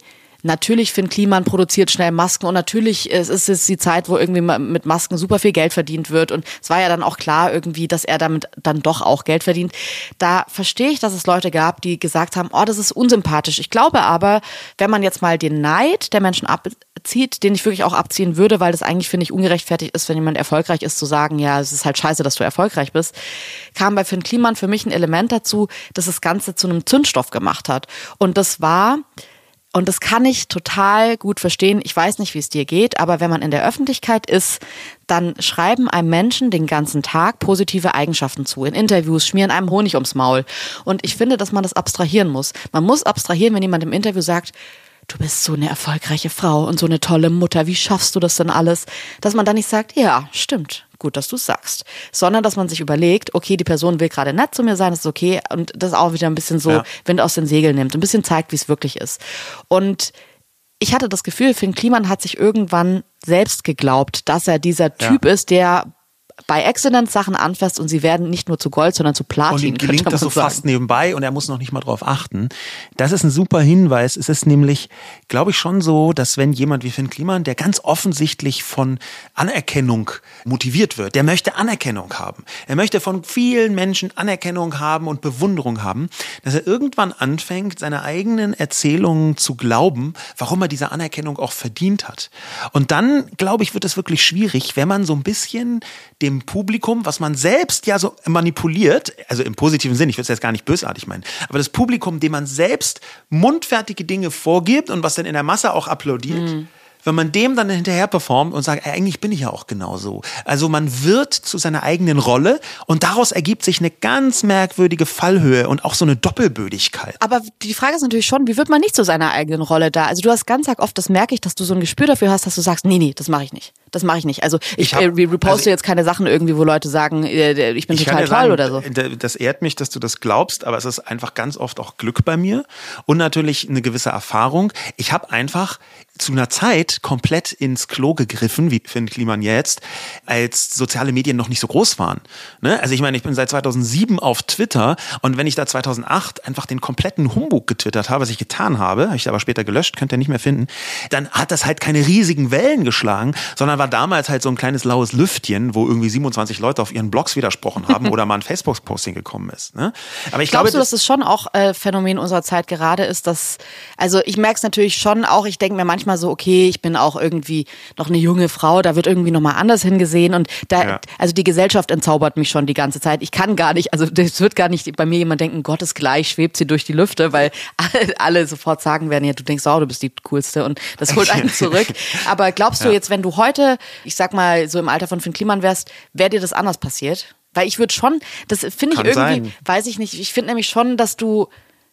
[SPEAKER 2] natürlich Finn Kliman produziert schnell Masken und natürlich ist es die Zeit, wo irgendwie mit Masken super viel Geld verdient wird und es war ja dann auch klar irgendwie, dass er damit dann doch auch Geld verdient. Da verstehe ich, dass es Leute gab, die gesagt haben, oh, das ist unsympathisch. Ich glaube aber, wenn man jetzt mal den Neid der Menschen abzieht, den ich wirklich auch abziehen würde, weil das eigentlich, finde ich, ungerechtfertigt ist, wenn jemand erfolgreich ist, zu sagen, ja, es ist halt scheiße, dass du erfolgreich bist, kam bei Finn Kliman für mich ein Element dazu, dass das Ganze zu einem Zündstoff gemacht hat. Und das war, und das kann ich total gut verstehen, ich weiß nicht, wie es dir geht, aber wenn man in der Öffentlichkeit ist, dann schreiben einem Menschen den ganzen Tag positive Eigenschaften zu. In Interviews schmieren einem Honig ums Maul. Und ich finde, dass man das abstrahieren muss. Man muss abstrahieren, wenn jemand im Interview sagt, du bist so eine erfolgreiche Frau und so eine tolle Mutter, wie schaffst du das denn alles? Dass man dann nicht sagt, ja, stimmt, gut, dass du es sagst. Sondern, dass man sich überlegt, okay, die Person will gerade nett zu mir sein, das ist okay. Und das auch wieder ein bisschen so ja. Wind aus den Segeln nimmt, ein bisschen zeigt, wie es wirklich ist. Und ich hatte das Gefühl, Finn Kliman hat sich irgendwann selbst geglaubt, dass er dieser Typ ja. ist, der bei Excellence Sachen anfasst und sie werden nicht nur zu Gold, sondern zu Platin.
[SPEAKER 1] Und ihm gelingt das so sagen. Fast nebenbei und er muss noch nicht mal drauf achten. Das ist ein super Hinweis. Es ist nämlich, glaube ich, schon so, dass wenn jemand wie Finn Kliman, der ganz offensichtlich von Anerkennung motiviert wird, der möchte Anerkennung haben. Er möchte von vielen Menschen Anerkennung haben und Bewunderung haben, dass er irgendwann anfängt, seine eigenen Erzählungen zu glauben, warum er diese Anerkennung auch verdient hat. Und dann, glaube ich, wird es wirklich schwierig, wenn man so ein bisschen dem Publikum, was man selbst ja so manipuliert, also im positiven Sinn, ich will es jetzt gar nicht bösartig meinen, aber das Publikum, dem man selbst mundfertige Dinge vorgibt und was dann in der Masse auch applaudiert, mhm. wenn man dem dann hinterher performt und sagt, eigentlich bin ich ja auch genauso. Also man wird zu seiner eigenen Rolle und daraus ergibt sich eine ganz merkwürdige Fallhöhe und auch so eine Doppelbödigkeit.
[SPEAKER 2] Aber die Frage ist natürlich schon, wie wird man nicht zu seiner eigenen Rolle da? Also du hast ganz oft, das merke ich, dass du so ein Gespür dafür hast, dass du sagst, nee, nee, das mache ich nicht. Das mache ich nicht. Also ich, ich hab, äh, reposte also jetzt keine Sachen irgendwie, wo Leute sagen, äh, ich bin ich total toll sagen, oder so.
[SPEAKER 1] Das ehrt mich, dass du das glaubst, aber es ist einfach ganz oft auch Glück bei mir und natürlich eine gewisse Erfahrung. Ich habe einfach zu einer Zeit komplett ins Klo gegriffen, wie Finn Kliman jetzt, als soziale Medien noch nicht so groß waren. Ne? Also ich meine, ich bin seit zweitausendsieben auf Twitter und wenn ich da zweitausendacht einfach den kompletten Humbug getwittert habe, was ich getan habe, habe ich aber später gelöscht, könnt ihr nicht mehr finden, dann hat das halt keine riesigen Wellen geschlagen, sondern war damals halt so ein kleines laues Lüftchen, wo irgendwie siebenundzwanzig Leute auf ihren Blogs widersprochen haben oder mal ein Facebook-Posting gekommen ist. Ne? Aber ich
[SPEAKER 2] Glaubst
[SPEAKER 1] glaube,
[SPEAKER 2] du, dass es schon auch äh, Phänomen unserer Zeit gerade ist, dass, also ich merke es natürlich schon auch, ich denke mir manchmal so, okay, ich bin auch irgendwie noch eine junge Frau, da wird irgendwie nochmal anders hingesehen und da, ja. also die Gesellschaft entzaubert mich schon die ganze Zeit. Ich kann gar nicht, also das wird gar nicht bei mir jemand denken, Gottesgleich schwebt sie durch die Lüfte, weil alle, alle sofort sagen werden, ja, du denkst auch, du bist die Coolste und das holt einen zurück. Aber glaubst du ja. jetzt, wenn du heute, ich sag mal, so im Alter von Finn Kliman wärst, wäre dir das anders passiert? Weil ich würde schon, das finde ich irgendwie, sein. weiß ich nicht, ich finde nämlich schon, dass du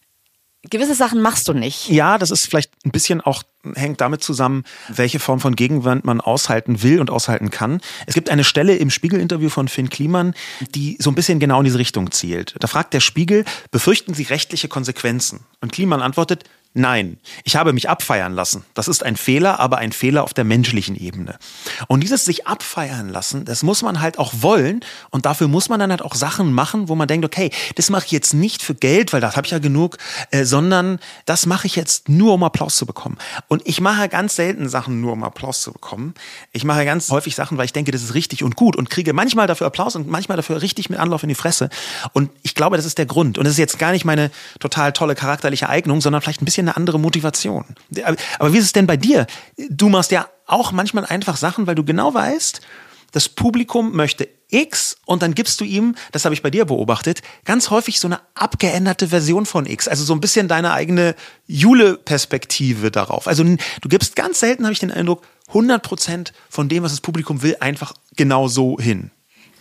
[SPEAKER 2] gewisse Sachen machst du nicht.
[SPEAKER 1] Ja, das ist vielleicht ein bisschen auch, hängt damit zusammen, welche Form von Gegenwand man aushalten will und aushalten kann. Es gibt eine Stelle im Spiegel-Interview von Finn Kliman, die so ein bisschen genau in diese Richtung zielt. Da fragt der Spiegel, befürchten Sie rechtliche Konsequenzen? Und Kliman antwortet, nein, ich habe mich abfeiern lassen. Das ist ein Fehler, aber ein Fehler auf der menschlichen Ebene. Und dieses sich abfeiern lassen, das muss man halt auch wollen und dafür muss man dann halt auch Sachen machen, wo man denkt, okay, das mache ich jetzt nicht für Geld, weil das habe ich ja genug, äh, sondern das mache ich jetzt nur, um Applaus zu bekommen. Und ich mache ganz selten Sachen nur, um Applaus zu bekommen. Ich mache ganz häufig Sachen, weil ich denke, das ist richtig und gut und kriege manchmal dafür Applaus und manchmal dafür richtig mit Anlauf in die Fresse. Und ich glaube, das ist der Grund. Und das ist jetzt gar nicht meine total tolle charakterliche Eignung, sondern vielleicht ein bisschen eine andere Motivation. Aber wie ist es denn bei dir? Du machst ja auch manchmal einfach Sachen, weil du genau weißt, das Publikum möchte X und dann gibst du ihm, das habe ich bei dir beobachtet, ganz häufig so eine abgeänderte Version von X. Also so ein bisschen deine eigene Jule-Perspektive darauf. Also du gibst ganz selten, habe ich den Eindruck, hundert Prozent von dem, was das Publikum will, einfach genau so hin.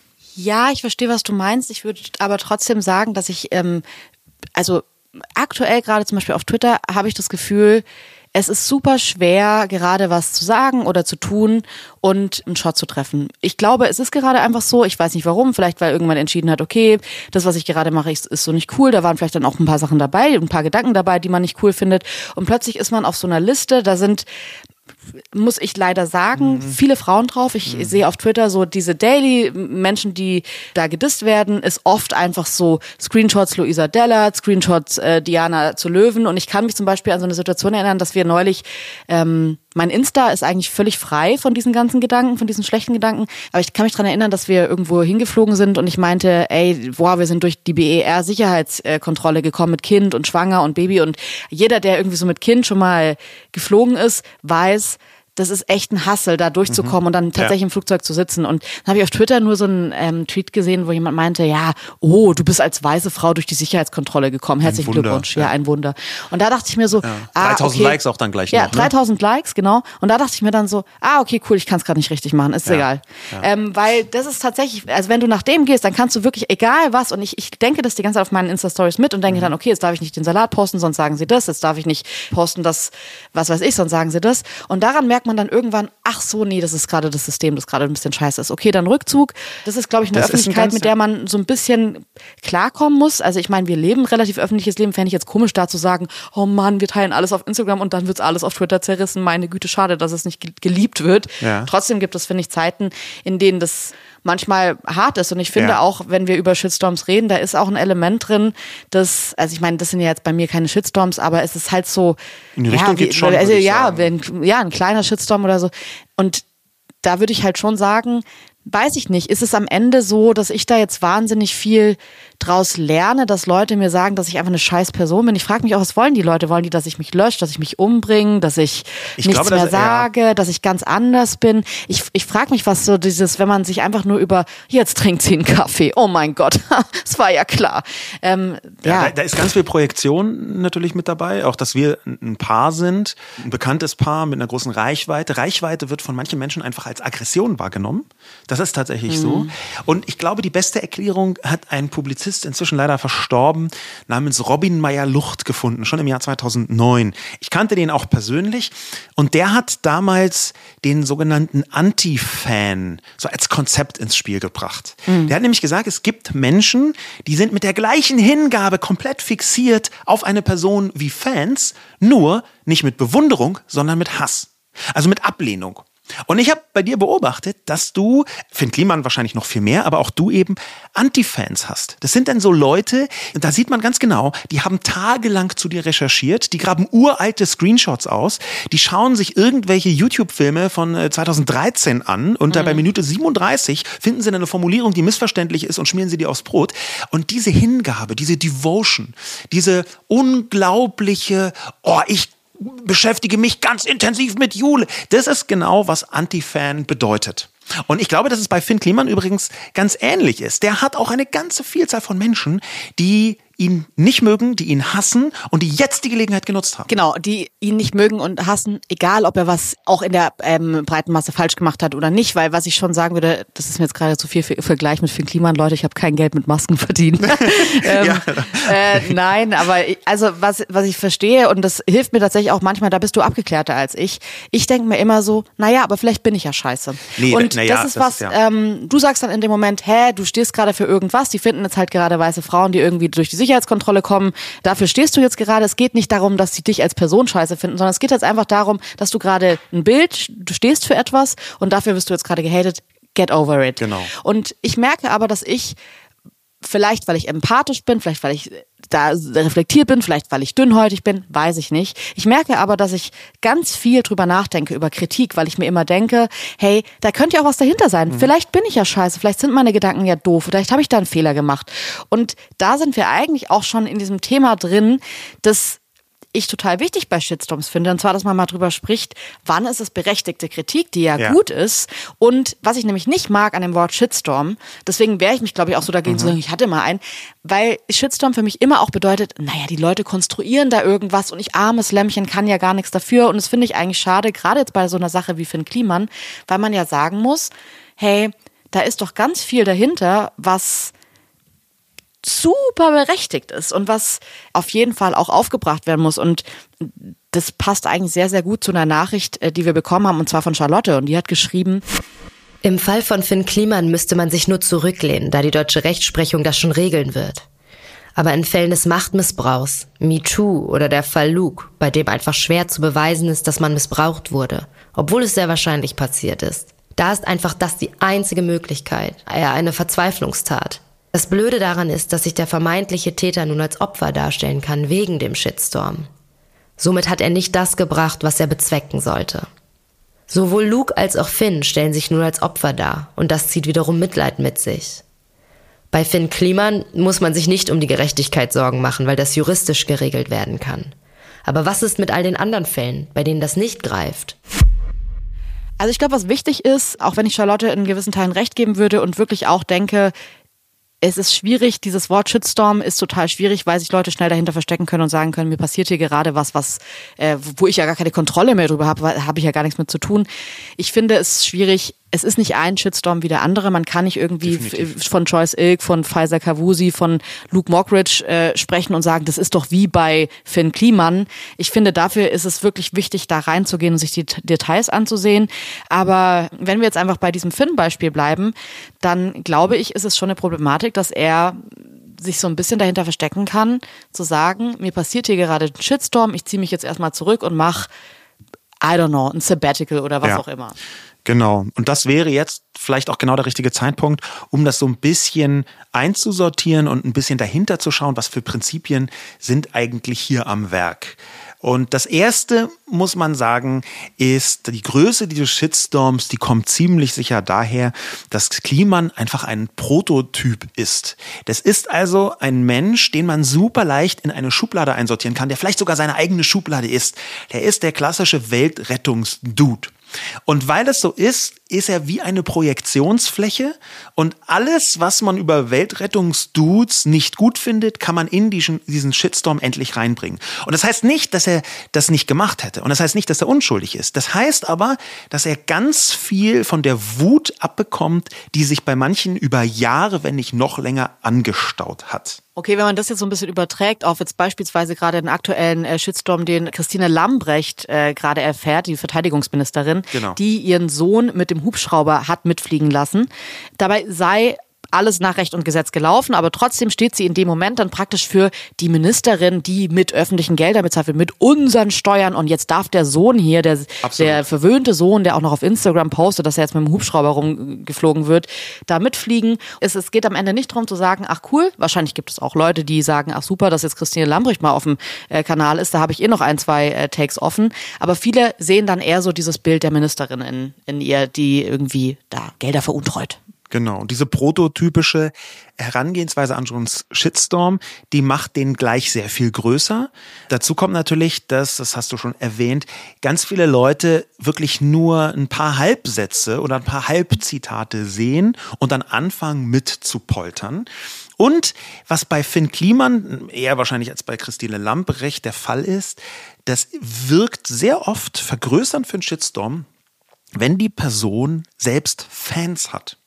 [SPEAKER 2] Ja, ich verstehe, was du meinst. Ich würde aber trotzdem sagen, dass ich, ähm, also aktuell gerade zum Beispiel auf Twitter habe ich das Gefühl, es ist super schwer, gerade was zu sagen oder zu tun und einen Shot zu treffen. Ich glaube, es ist gerade einfach so, ich weiß nicht warum, vielleicht weil irgendwann entschieden hat, okay, das, was ich gerade mache, ist, ist so nicht cool. Da waren vielleicht dann auch ein paar Sachen dabei, ein paar Gedanken dabei, die man nicht cool findet. Und plötzlich ist man auf so einer Liste, da sind muss ich leider sagen, mhm. viele Frauen drauf. Ich mhm. sehe auf Twitter so diese Daily-Menschen, die da gedisst werden, ist oft einfach so Screenshots Luisa Dellert, Screenshots äh, Diana zu Löwen. Und ich kann mich zum Beispiel an so eine Situation erinnern, dass wir neulich, ähm, mein Insta ist eigentlich völlig frei von diesen ganzen Gedanken, von diesen schlechten Gedanken. Aber ich kann mich dran erinnern, dass wir irgendwo hingeflogen sind und ich meinte, ey, boah, wir sind durch die B E R-Sicherheitskontrolle gekommen mit Kind und Schwanger und Baby. Und jeder, der irgendwie so mit Kind schon mal geflogen ist, weiß, das ist echt ein Hassel, da durchzukommen mhm. und dann tatsächlich ja. im Flugzeug zu sitzen. Und dann habe ich auf Twitter nur so einen ähm, Tweet gesehen, wo jemand meinte, ja, oh, du bist als weiße Frau durch die Sicherheitskontrolle gekommen. Herzlichen Glückwunsch. Ja. ja, ein Wunder. Und da dachte ich mir so, ja.
[SPEAKER 1] ah, dreitausend
[SPEAKER 2] okay.
[SPEAKER 1] Likes auch dann gleich
[SPEAKER 2] ja,
[SPEAKER 1] noch. Ja,
[SPEAKER 2] dreitausend ne? Likes, genau. Und da dachte ich mir dann so, ah, okay, cool, ich kann es gerade nicht richtig machen, ist ja. egal. Ja. Ähm, weil das ist tatsächlich, also wenn du nach dem gehst, dann kannst du wirklich, egal was, und ich, ich denke das die ganze Zeit auf meinen Insta-Stories mit und denke mhm. dann, okay, jetzt darf ich nicht den Salat posten, sonst sagen sie das, jetzt darf ich nicht posten, das, was weiß ich, sonst sagen sie das. Und daran merkt man dann irgendwann, ach so, nee, das ist gerade das System, das gerade ein bisschen scheiße ist. Okay, dann Rückzug. Das ist, glaube ich, eine das Öffentlichkeit, ein mit der man so ein bisschen klarkommen muss. Also ich meine, wir leben relativ öffentliches Leben. Fände ich jetzt komisch, da zu sagen, oh Mann, wir teilen alles auf Instagram und dann wird's alles auf Twitter zerrissen. Meine Güte, schade, dass es nicht geliebt wird. Ja. Trotzdem gibt es, finde ich, Zeiten, in denen das manchmal hart ist. Und ich finde ja. auch, wenn wir über Shitstorms reden, da ist auch ein Element drin, das, also ich meine, das sind ja jetzt bei mir keine Shitstorms, aber es ist halt so,
[SPEAKER 1] in die Richtung
[SPEAKER 2] ja,
[SPEAKER 1] geht's schon,
[SPEAKER 2] also ja, wenn, ja, ein kleiner Shitstorm oder so. Und da würde ich halt schon sagen, weiß ich nicht, ist es am Ende so, dass ich da jetzt wahnsinnig viel draus lerne, dass Leute mir sagen, dass ich einfach eine scheiß Person bin. Ich frage mich auch, was wollen die Leute? Wollen die, dass ich mich lösche, dass ich mich umbringe, dass ich, ich nichts glaube, mehr dass, sage, ja. dass ich ganz anders bin? Ich, ich frage mich, was so dieses, wenn man sich einfach nur über, jetzt trinkt sie einen Kaffee, oh mein Gott, das war ja klar. Ähm, ja,
[SPEAKER 1] ja. Da, da ist ganz viel Projektion natürlich mit dabei, auch dass wir ein Paar sind, ein bekanntes Paar mit einer großen Reichweite. Reichweite wird von manchen Menschen einfach als Aggression wahrgenommen. Das ist tatsächlich mhm. so. Und ich glaube, die beste Erklärung hat ein Publizist, inzwischen leider verstorben, namens Robin Meyer-Lucht gefunden, schon im Jahr zweitausendneun. Ich kannte den auch persönlich und der hat damals den sogenannten Anti-Fan so als Konzept ins Spiel gebracht. Mhm. Der hat nämlich gesagt, es gibt Menschen, die sind mit der gleichen Hingabe komplett fixiert auf eine Person wie Fans, nur nicht mit Bewunderung, sondern mit Hass. Also mit Ablehnung. Und ich habe bei dir beobachtet, dass du, Finn Kliman wahrscheinlich noch viel mehr, aber auch du eben Anti-Fans hast. Das sind dann so Leute, da sieht man ganz genau, die haben tagelang zu dir recherchiert, die graben uralte Screenshots aus, die schauen sich irgendwelche YouTube-Filme von zweitausenddreizehn an und mhm. da bei Minute siebenunddreißig finden sie eine Formulierung, die missverständlich ist und schmieren sie dir aufs Brot. Und diese Hingabe, diese Devotion, diese unglaubliche, oh, ich beschäftige mich ganz intensiv mit Jule. Das ist genau, was Anti-Fan bedeutet. Und ich glaube, dass es bei Finn Kliman übrigens ganz ähnlich ist. Der hat auch eine ganze Vielzahl von Menschen, die ihn nicht mögen, die ihn hassen und die jetzt die Gelegenheit genutzt haben.
[SPEAKER 2] Genau, die ihn nicht mögen und hassen, egal ob er was auch in der ähm, breiten Masse falsch gemacht hat oder nicht, weil was ich schon sagen würde, das ist mir jetzt gerade zu viel für, Vergleich mit Finn Kliman, Leute, ich habe kein Geld mit Masken verdient. ähm, ja. äh, nein, aber ich, also was, was ich verstehe und das hilft mir tatsächlich auch manchmal, da bist du abgeklärter als ich. Ich denke mir immer so, naja, aber vielleicht bin ich ja scheiße. Nee, und na ja, das ist das was, ist, ja. ähm, du sagst dann in dem Moment, hä, du stehst gerade für irgendwas, die finden jetzt halt gerade weiße Frauen, die irgendwie durch die Sicherheitskontrolle kommen, dafür stehst du jetzt gerade. Es geht nicht darum, dass sie dich als Person scheiße finden, sondern es geht jetzt einfach darum, dass du gerade ein Bild, du stehst für etwas und dafür wirst du jetzt gerade gehatet. Get over it.
[SPEAKER 1] Genau.
[SPEAKER 2] Und ich merke aber, dass ich vielleicht, weil ich empathisch bin, vielleicht, weil ich da reflektiert bin, vielleicht, weil ich dünnhäutig bin, weiß ich nicht. Ich merke aber, dass ich ganz viel drüber nachdenke, über Kritik, weil ich mir immer denke, hey, da könnte ja auch was dahinter sein. Mhm. Vielleicht bin ich ja scheiße, vielleicht sind meine Gedanken ja doof, vielleicht habe ich da einen Fehler gemacht. Und da sind wir eigentlich auch schon in diesem Thema drin, dass ich total wichtig bei Shitstorms finde, und zwar, dass man mal drüber spricht, wann ist es berechtigte Kritik, die ja, ja. gut ist, und was ich nämlich nicht mag an dem Wort Shitstorm, deswegen wehre ich mich, glaube ich, auch so dagegen mhm. zu sagen, ich hatte mal einen, weil Shitstorm für mich immer auch bedeutet, naja, die Leute konstruieren da irgendwas und ich armes Lämmchen kann ja gar nichts dafür, und das finde ich eigentlich schade, gerade jetzt bei so einer Sache wie Finn Kliman, weil man ja sagen muss, hey, da ist doch ganz viel dahinter, was super berechtigt ist und was auf jeden Fall auch aufgebracht werden muss. Und das passt eigentlich sehr, sehr gut zu einer Nachricht, die wir bekommen haben, und zwar von Charlotte. Und die hat geschrieben:
[SPEAKER 3] Im Fall von Finn Kliman müsste man sich nur zurücklehnen, da die deutsche Rechtsprechung das schon regeln wird. Aber in Fällen des Machtmissbrauchs, MeToo oder der Fall Luke, bei dem einfach schwer zu beweisen ist, dass man missbraucht wurde, obwohl es sehr wahrscheinlich passiert ist. Da ist einfach das die einzige Möglichkeit, eher eine Verzweiflungstat. Das Blöde daran ist, dass sich der vermeintliche Täter nun als Opfer darstellen kann wegen dem Shitstorm. Somit hat er nicht das gebracht, was er bezwecken sollte. Sowohl Luke als auch Finn stellen sich nun als Opfer dar und das zieht wiederum Mitleid mit sich. Bei Finn Kliman muss man sich nicht um die Gerechtigkeit Sorgen machen, weil das juristisch geregelt werden kann. Aber was ist mit all den anderen Fällen, bei denen das nicht greift?
[SPEAKER 2] Also ich glaube, was wichtig ist, auch wenn ich Charlotte in gewissen Teilen recht geben würde und wirklich auch denke, es ist schwierig, dieses Wort Shitstorm ist total schwierig, weil sich Leute schnell dahinter verstecken können und sagen können, mir passiert hier gerade was, was äh, wo ich ja gar keine Kontrolle mehr drüber habe, habe ich ja gar nichts mit zu tun. Ich finde es schwierig, es ist nicht ein Shitstorm wie der andere. Man kann nicht irgendwie Definitiv. von Joyce Ilk, von Faiza Kavusi, von Luke Mockridge äh, sprechen und sagen, das ist doch wie bei Finn Kliman. Ich finde, dafür ist es wirklich wichtig, da reinzugehen und sich die T- Details anzusehen. Aber wenn wir jetzt einfach bei diesem Finn-Beispiel bleiben, dann glaube ich, ist es schon eine Problematik, dass er sich so ein bisschen dahinter verstecken kann, zu sagen, mir passiert hier gerade ein Shitstorm, ich ziehe mich jetzt erstmal zurück und mache, I don't know, ein Sabbatical oder was ja. auch immer.
[SPEAKER 1] Genau. Und das wäre jetzt vielleicht auch genau der richtige Zeitpunkt, um das so ein bisschen einzusortieren und ein bisschen dahinter zu schauen, was für Prinzipien sind eigentlich hier am Werk. Und das erste, muss man sagen, ist die Größe dieses Shitstorms, die kommt ziemlich sicher daher, dass Kliman einfach ein Prototyp ist. Das ist also ein Mensch, den man super leicht in eine Schublade einsortieren kann, der vielleicht sogar seine eigene Schublade ist. Der ist der klassische Weltrettungs-Dude. Und weil das so ist, ist er wie eine Projektionsfläche und alles, was man über Weltrettungsdudes nicht gut findet, kann man in diesen, diesen Shitstorm endlich reinbringen. Und das heißt nicht, dass er das nicht gemacht hätte und das heißt nicht, dass er unschuldig ist. Das heißt aber, dass er ganz viel von der Wut abbekommt, die sich bei manchen über Jahre, wenn nicht noch länger, angestaut hat.
[SPEAKER 2] Okay, wenn man das jetzt so ein bisschen überträgt auf jetzt beispielsweise gerade den aktuellen äh, Shitstorm, den Christine Lambrecht äh, gerade erfährt, die Verteidigungsministerin, genau. die ihren Sohn mit dem Hubschrauber hat mitfliegen lassen. Dabei sei alles nach Recht und Gesetz gelaufen, aber trotzdem steht sie in dem Moment dann praktisch für die Ministerin, die mit öffentlichen Geldern bezahlt wird, mit unseren Steuern und jetzt darf der Sohn hier, der, der verwöhnte Sohn, der auch noch auf Instagram postet, dass er jetzt mit dem Hubschrauber rumgeflogen wird, da mitfliegen. Es, es geht am Ende nicht darum zu sagen, ach cool, wahrscheinlich gibt es auch Leute, die sagen, ach super, dass jetzt Christine Lambrecht mal auf dem äh, Kanal ist, da habe ich eh noch ein, zwei äh, Takes offen, aber viele sehen dann eher so dieses Bild der Ministerin in, in ihr, die irgendwie da Gelder veruntreut.
[SPEAKER 1] Genau, und diese prototypische Herangehensweise an so einen Shitstorm, die macht den gleich sehr viel größer. Dazu kommt natürlich, dass, das hast du schon erwähnt, ganz viele Leute wirklich nur ein paar Halbsätze oder ein paar Halbzitate sehen und dann anfangen mit zu poltern. Und was bei Finn Kliman, eher wahrscheinlich als bei Christine Lambrecht der Fall ist, das wirkt sehr oft vergrößernd für einen Shitstorm, wenn die Person selbst Fans hat.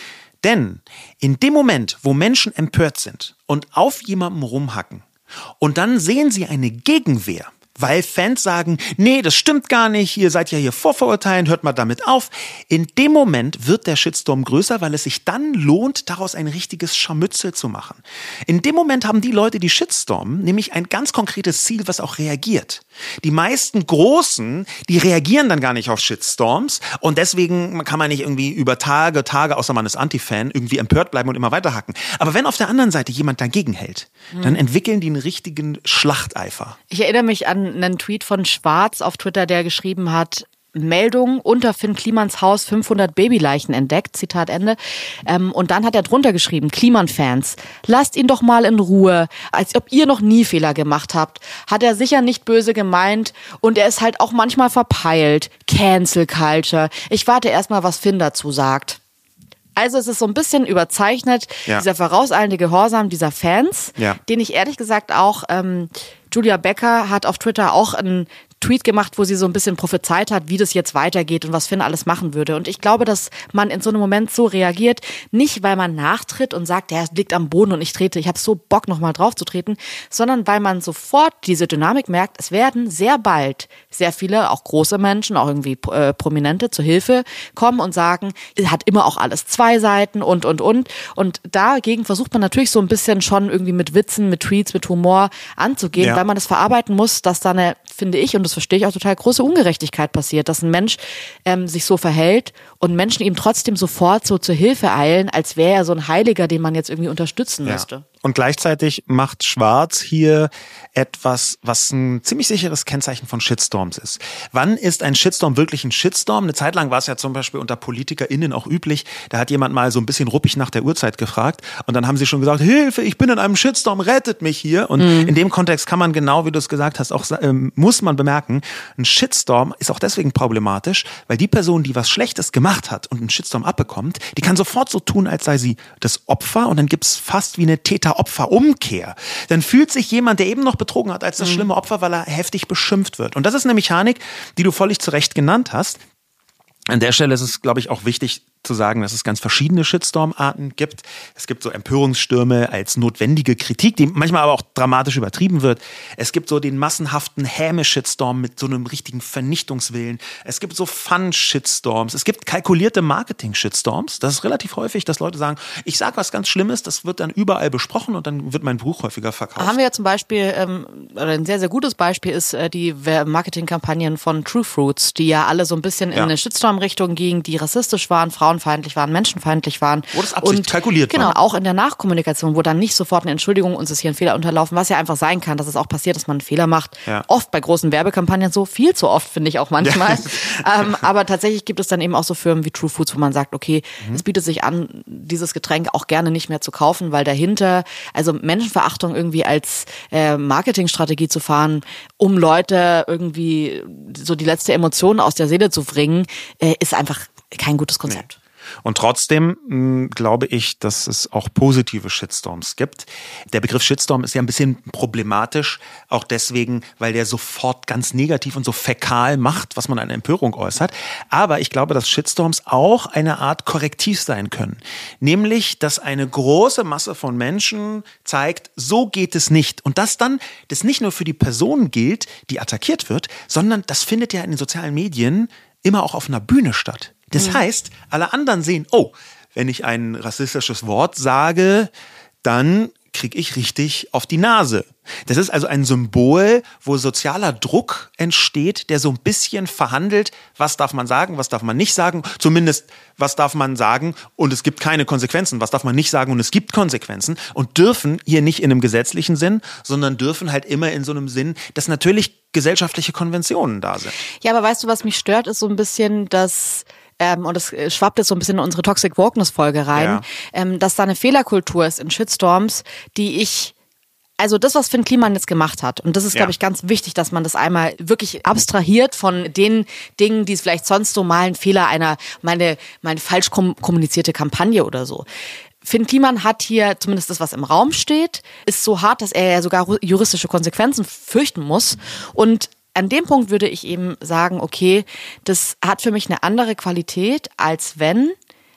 [SPEAKER 1] Denn in dem Moment, wo Menschen empört sind und auf jemandem rumhacken und dann sehen sie eine Gegenwehr, weil Fans sagen, nee, das stimmt gar nicht, ihr seid ja hier vorverurteilen, hört mal damit auf. In dem Moment wird der Shitstorm größer, weil es sich dann lohnt, daraus ein richtiges Scharmützel zu machen. In dem Moment haben die Leute, die Shitstormen, nämlich ein ganz konkretes Ziel, was auch reagiert. Die meisten Großen, die reagieren dann gar nicht auf Shitstorms und deswegen kann man nicht irgendwie über Tage, Tage, außer man ist Anti-Fan, irgendwie empört bleiben und immer weiterhacken. Aber wenn auf der anderen Seite jemand dagegen hält, mhm. dann entwickeln die einen richtigen Schlachteifer.
[SPEAKER 2] Ich erinnere mich an einen Tweet von Schwarz auf Twitter, der geschrieben hat, Meldung unter Finn Klimans Haus fünfhundert Babyleichen entdeckt, Zitat Ende. Ähm, und dann hat er drunter geschrieben, Kliman-Fans, lasst ihn doch mal in Ruhe, als ob ihr noch nie Fehler gemacht habt. Hat er sicher nicht böse gemeint und er ist halt auch manchmal verpeilt. Cancel Culture. Ich warte erst mal, was Finn dazu sagt. Also es ist so ein bisschen überzeichnet, ja. dieser vorauseilende Gehorsam dieser Fans, ja. den ich ehrlich gesagt auch, ähm, Julia Becker hat auf Twitter auch einen Tweet gemacht, wo sie so ein bisschen prophezeit hat, wie das jetzt weitergeht und was Finn alles machen würde. Und ich glaube, dass man in so einem Moment so reagiert, nicht weil man nachtritt und sagt, der liegt am Boden und ich trete, ich habe so Bock, nochmal drauf zu treten, sondern weil man sofort diese Dynamik merkt, es werden sehr bald sehr viele, auch große Menschen, auch irgendwie äh, Prominente zur Hilfe kommen und sagen, hat immer auch alles zwei Seiten und, und, und. Und dagegen versucht man natürlich so ein bisschen schon irgendwie mit Witzen, mit Tweets, mit Humor anzugehen, ja. weil man das verarbeiten muss, dass da eine, finde ich, und das verstehe ich auch total, große Ungerechtigkeit passiert, dass ein Mensch ähm, sich so verhält und Menschen ihm trotzdem sofort so zur Hilfe eilen, als wäre er so ein Heiliger, den man jetzt irgendwie unterstützen
[SPEAKER 1] ja.
[SPEAKER 2] müsste.
[SPEAKER 1] Und gleichzeitig macht Schwarz hier etwas, was ein ziemlich sicheres Kennzeichen von Shitstorms ist. Wann ist ein Shitstorm wirklich ein Shitstorm? Eine Zeit lang war es ja zum Beispiel unter PolitikerInnen auch üblich, da hat jemand mal so ein bisschen ruppig nach der Uhrzeit gefragt und dann haben sie schon gesagt, Hilfe, ich bin in einem Shitstorm, rettet mich hier. Und mhm. in dem Kontext kann man genau, wie du es gesagt hast, auch ähm, muss man bemerken, ein Shitstorm ist auch deswegen problematisch, weil die Person, die was Schlechtes gemacht hat und einen Shitstorm abbekommt, die kann sofort so tun, als sei sie das Opfer und dann gibt's fast wie eine Täter-Opfer-Umkehr. Dann fühlt sich jemand, der eben noch betrogen hat, als das mhm. schlimme Opfer, weil er heftig beschimpft wird. Und das ist eine Mechanik, die du völlig zu Recht genannt hast. An der Stelle ist es, glaube ich, auch wichtig zu sagen, dass es ganz verschiedene Shitstorm-Arten gibt. Es gibt so Empörungsstürme als notwendige Kritik, die manchmal aber auch dramatisch übertrieben wird. Es gibt so den massenhaften Häme-Shitstorm mit so einem richtigen Vernichtungswillen. Es gibt so Fun-Shitstorms. Es gibt kalkulierte Marketing-Shitstorms. Das ist relativ häufig, dass Leute sagen, ich sage was ganz Schlimmes, das wird dann überall besprochen und dann wird mein Buch häufiger verkauft.
[SPEAKER 2] Haben wir ja zum Beispiel, ähm, oder ein sehr, sehr gutes Beispiel ist äh, die Marketingkampagnen von True Fruits, die ja alle so ein bisschen in ja. eine Shitstorm-Richtung gingen, die rassistisch waren, Frauen feindlich waren, menschenfeindlich waren.
[SPEAKER 1] Wo das absichtlich kalkuliert
[SPEAKER 2] genau,
[SPEAKER 1] war.
[SPEAKER 2] Genau, auch in der Nachkommunikation, wo dann nicht sofort eine Entschuldigung, uns ist hier ein Fehler unterlaufen, was ja einfach sein kann, dass es auch passiert, dass man einen Fehler macht. Ja. Oft bei großen Werbekampagnen so, viel zu oft, finde ich auch manchmal. Ja. ähm, aber tatsächlich gibt es dann eben auch so Firmen wie True Foods, wo man sagt, okay, mhm. es bietet sich an, dieses Getränk auch gerne nicht mehr zu kaufen, weil dahinter, also Menschenverachtung irgendwie als äh, Marketingstrategie zu fahren, um Leute irgendwie so die letzte Emotion aus der Seele zu bringen, äh, ist einfach kein gutes Konzept.
[SPEAKER 1] Nee. Und trotzdem mh, glaube ich, dass es auch positive Shitstorms gibt. Der Begriff Shitstorm ist ja ein bisschen problematisch, auch deswegen, weil der sofort ganz negativ und so fäkal macht, was man an Empörung äußert. Aber ich glaube, dass Shitstorms auch eine Art Korrektiv sein können. Nämlich, dass eine große Masse von Menschen zeigt, so geht es nicht. Und das dann, das nicht nur für die Person gilt, die attackiert wird, sondern das findet ja in den sozialen Medien immer auch auf einer Bühne statt. Das heißt, alle anderen sehen, oh, wenn ich ein rassistisches Wort sage, dann kriege ich richtig auf die Nase. Das ist also ein Symbol, wo sozialer Druck entsteht, der so ein bisschen verhandelt, was darf man sagen, was darf man nicht sagen, zumindest was darf man sagen und es gibt keine Konsequenzen, was darf man nicht sagen und es gibt Konsequenzen und dürfen hier nicht in einem gesetzlichen Sinn, sondern dürfen halt immer in so einem Sinn, dass natürlich gesellschaftliche Konventionen da sind.
[SPEAKER 2] Ja, aber weißt du, was mich stört, ist so ein bisschen, dass Ähm, und das schwappt jetzt so ein bisschen in unsere Toxic Wokeness-Folge rein, ja. ähm, dass da eine Fehlerkultur ist in Shitstorms, die ich, also das, was Finn Kliman jetzt gemacht hat, und das ist, ja. glaube ich, ganz wichtig, dass man das einmal wirklich abstrahiert von den Dingen, die es vielleicht sonst so mal ein Fehler einer, meine, meine falsch kommunizierte Kampagne oder so. Finn Kliman hat hier, zumindest das, was im Raum steht, ist so hart, dass er ja sogar juristische Konsequenzen fürchten muss. Und an dem Punkt würde ich eben sagen, okay, das hat für mich eine andere Qualität, als wenn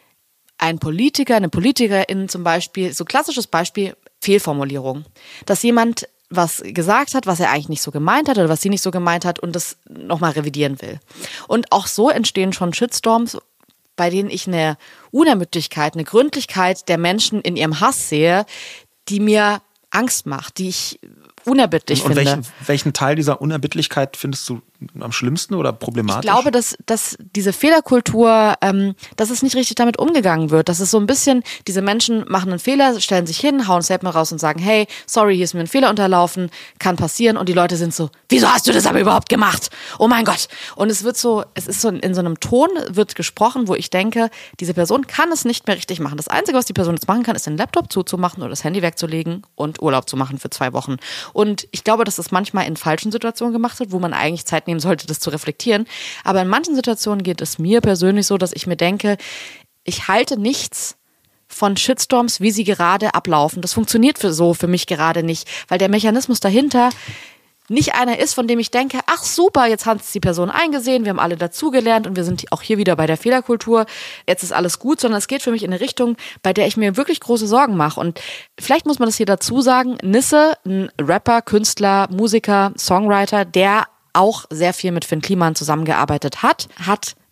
[SPEAKER 2] ein Politiker, eine Politikerin zum Beispiel, so klassisches Beispiel, Fehlformulierung, dass jemand was gesagt hat, was er eigentlich nicht so gemeint hat oder was sie nicht so gemeint hat und das nochmal revidieren will. Und auch so entstehen schon Shitstorms, bei denen ich eine Unermüdlichkeit, eine Gründlichkeit der Menschen in ihrem Hass sehe, die mir Angst macht, die ich unerbittlich
[SPEAKER 1] und, und
[SPEAKER 2] finde.
[SPEAKER 1] Welchen, welchen Teil dieser Unerbittlichkeit findest du am schlimmsten oder problematisch?
[SPEAKER 2] Ich glaube, dass, dass diese Fehlerkultur, ähm, dass es nicht richtig damit umgegangen wird. Dass es so ein bisschen, diese Menschen machen einen Fehler, stellen sich hin, hauen ein Statement raus und sagen, hey, sorry, hier ist mir ein Fehler unterlaufen, kann passieren. Und die Leute sind so, wieso hast du das aber überhaupt gemacht? Oh mein Gott. Und es wird so, es ist so in so einem Ton wird gesprochen, wo ich denke, diese Person kann es nicht mehr richtig machen. Das Einzige, was die Person jetzt machen kann, ist den Laptop zuzumachen oder das Handy wegzulegen und Urlaub zu machen für zwei Wochen. Und ich glaube, dass das manchmal in falschen Situationen gemacht wird, wo man eigentlich Zeit nehmen sollte, das zu reflektieren. Aber in manchen Situationen geht es mir persönlich so, dass ich mir denke, ich halte nichts von Shitstorms, wie sie gerade ablaufen. Das funktioniert für so für mich gerade nicht, weil der Mechanismus dahinter nicht einer ist, von dem ich denke, ach super, jetzt hat es die Person eingesehen, wir haben alle dazugelernt und wir sind auch hier wieder bei der Fehlerkultur, jetzt ist alles gut, sondern es geht für mich in eine Richtung, bei der ich mir wirklich große Sorgen mache. Und vielleicht muss man das hier dazu sagen, Nisse, ein Rapper, Künstler, Musiker, Songwriter, der auch sehr viel mit Finn Kliman zusammengearbeitet hat, hat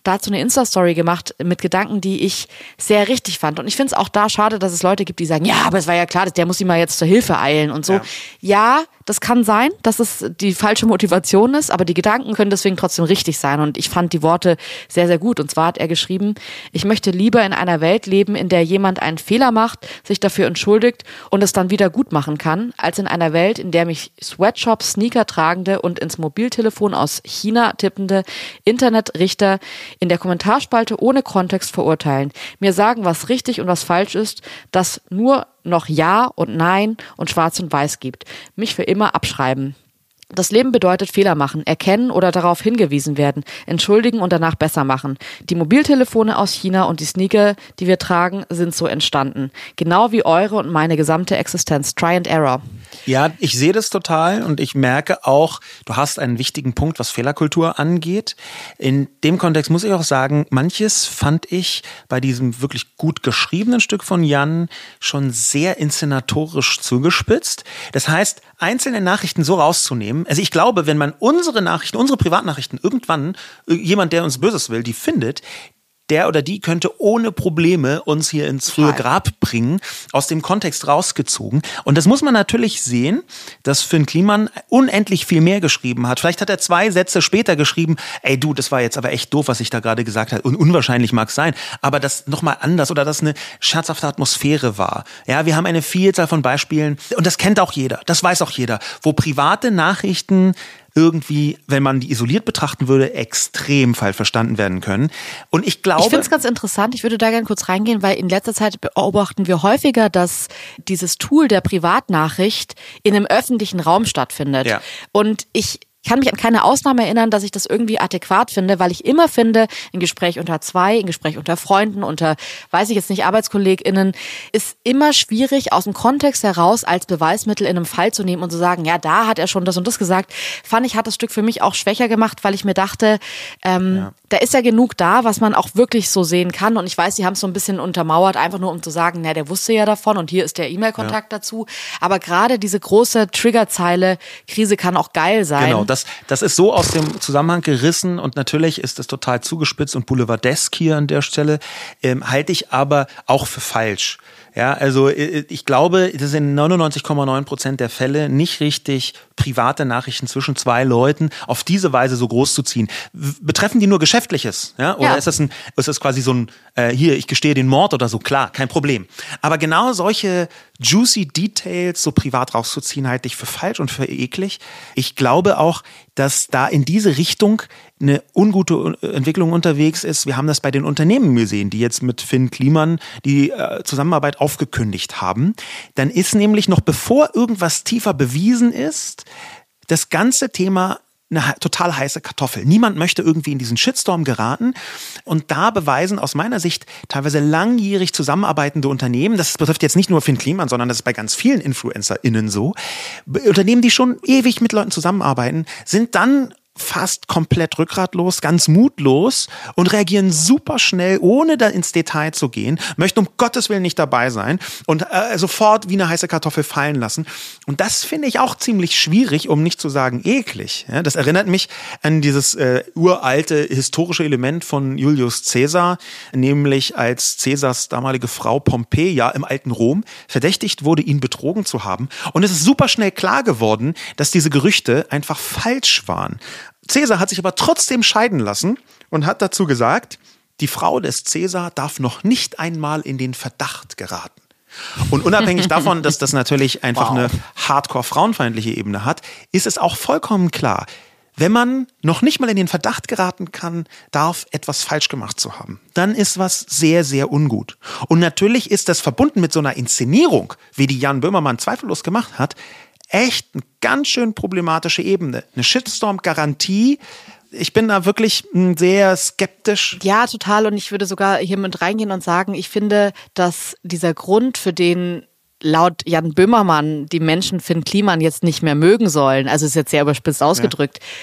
[SPEAKER 2] dazu eine Insta-Story gemacht mit Gedanken, die ich sehr richtig fand. Und ich finde es auch da schade, dass es Leute gibt, die sagen, ja, aber es war ja klar, der muss ihm mal jetzt zur Hilfe eilen und so. Ja, ja, das kann sein, dass es die falsche Motivation ist, aber die Gedanken können deswegen trotzdem richtig sein. Und ich fand die Worte sehr, sehr gut. Und zwar hat er geschrieben, ich möchte lieber in einer Welt leben, in der jemand einen Fehler macht, sich dafür entschuldigt und es dann wieder gut machen kann, als in einer Welt, in der mich Sweatshops, Sneaker tragende und ins Mobiltelefon aus China tippende Internetrichter in der Kommentarspalte ohne Kontext verurteilen, mir sagen, was richtig und was falsch ist, das nur noch Ja und Nein und Schwarz und Weiß gibt, mich für immer abschreiben. Das Leben bedeutet Fehler machen, erkennen oder darauf hingewiesen werden, entschuldigen und danach besser machen. Die Mobiltelefone aus China und die Sneaker, die wir tragen, sind so entstanden. Genau wie eure und meine gesamte Existenz. Try and Error.
[SPEAKER 1] Ja, ich sehe das total und ich merke auch, du hast einen wichtigen Punkt, was Fehlerkultur angeht. In dem Kontext muss ich auch sagen, manches fand ich bei diesem wirklich gut geschriebenen Stück von Jan schon sehr inszenatorisch zugespitzt. Das heißt, einzelne Nachrichten so rauszunehmen. Also ich glaube, wenn man unsere Nachrichten, unsere Privatnachrichten irgendwann, jemand, der uns Böses will, die findet, der oder die könnte ohne Probleme uns hier ins frühe Grab bringen, aus dem Kontext rausgezogen. Und das muss man natürlich sehen, dass Finn Kliman unendlich viel mehr geschrieben hat. Vielleicht hat er zwei Sätze später geschrieben, ey du, das war jetzt aber echt doof, was ich da gerade gesagt habe. Und unwahrscheinlich mag es sein, aber das nochmal anders oder dass eine scherzhafte Atmosphäre war. Ja, wir haben eine Vielzahl von Beispielen und das kennt auch jeder, das weiß auch jeder, wo private Nachrichten irgendwie, wenn man die isoliert betrachten würde, extrem falsch verstanden werden können. Und ich glaube...
[SPEAKER 2] Ich finde es ganz interessant, ich würde da gerne kurz reingehen, weil in letzter Zeit beobachten wir häufiger, dass dieses Tool der Privatnachricht in einem öffentlichen Raum stattfindet. Ja. Und ich kann mich an keine Ausnahme erinnern, dass ich das irgendwie adäquat finde, weil ich immer finde, ein Gespräch unter zwei, ein Gespräch unter Freunden, unter, weiß ich jetzt nicht, ArbeitskollegInnen, ist immer schwierig, aus dem Kontext heraus als Beweismittel in einem Fall zu nehmen und zu sagen, ja, da hat er schon das und das gesagt. Fand ich, hat das Stück für mich auch schwächer gemacht, weil ich mir dachte, ähm, ja. da ist ja genug da, was man auch wirklich so sehen kann. Und ich weiß, die haben es so ein bisschen untermauert, einfach nur um zu sagen, na, der wusste ja davon und hier ist der E-Mail-Kontakt ja. dazu. Aber gerade diese große Triggerzeile, Krise kann auch geil sein.
[SPEAKER 1] Genau, das, das ist so aus dem Zusammenhang gerissen und natürlich ist das total zugespitzt und boulevardesk hier an der Stelle, ähm, halte ich aber auch für falsch. Ja, also ich glaube, das sind neunundneunzig Komma neun Prozent der Fälle nicht richtig, private Nachrichten zwischen zwei Leuten auf diese Weise so groß zu ziehen. Betreffen die nur Geschäftliches? Ja? Oder ja. ist das ein, ist das quasi so ein, äh, hier, ich gestehe den Mord oder so? Klar, kein Problem. Aber genau solche juicy Details so privat rauszuziehen, halte ich für falsch und für eklig. Ich glaube auch, dass da in diese Richtung eine ungute Entwicklung unterwegs ist. Wir haben das bei den Unternehmen gesehen, die jetzt mit Finn Kliman die äh, Zusammenarbeit aufgekündigt haben. Dann ist nämlich noch, bevor irgendwas tiefer bewiesen ist, das ganze Thema eine total heiße Kartoffel. Niemand möchte irgendwie in diesen Shitstorm geraten. Und da beweisen aus meiner Sicht teilweise langjährig zusammenarbeitende Unternehmen, das betrifft jetzt nicht nur Finn Kliman, sondern das ist bei ganz vielen InfluencerInnen so, Unternehmen, die schon ewig mit Leuten zusammenarbeiten, sind dann fast komplett rückgratlos, ganz mutlos und reagieren super schnell, ohne da ins Detail zu gehen, möchten um Gottes Willen nicht dabei sein und äh, sofort wie eine heiße Kartoffel fallen lassen. Und das finde ich auch ziemlich schwierig, um nicht zu sagen eklig. Ja, das erinnert mich an dieses äh, uralte historische Element von Julius Caesar, nämlich als Caesars damalige Frau Pompeia im alten Rom verdächtigt wurde, ihn betrogen zu haben. Und es ist super schnell klar geworden, dass diese Gerüchte einfach falsch waren. Caesar hat sich aber trotzdem scheiden lassen und hat dazu gesagt, die Frau des Caesar darf noch nicht einmal in den Verdacht geraten. Und unabhängig davon, dass das natürlich einfach wow. eine hardcore frauenfeindliche Ebene hat, ist es auch vollkommen klar, wenn man noch nicht mal in den Verdacht geraten kann, darf etwas falsch gemacht zu haben, dann ist was sehr, sehr ungut. Und natürlich ist das verbunden mit so einer Inszenierung, wie die Jan Böhmermann zweifellos gemacht hat, echt eine ganz schön problematische Ebene. Eine Shitstorm-Garantie. Ich bin da wirklich sehr skeptisch.
[SPEAKER 2] Ja, total. Und ich würde sogar hier mit reingehen und sagen, ich finde, dass dieser Grund, für den laut Jan Böhmermann die Menschen Finn Kliman jetzt nicht mehr mögen sollen, also ist jetzt sehr überspitzt ausgedrückt, ja.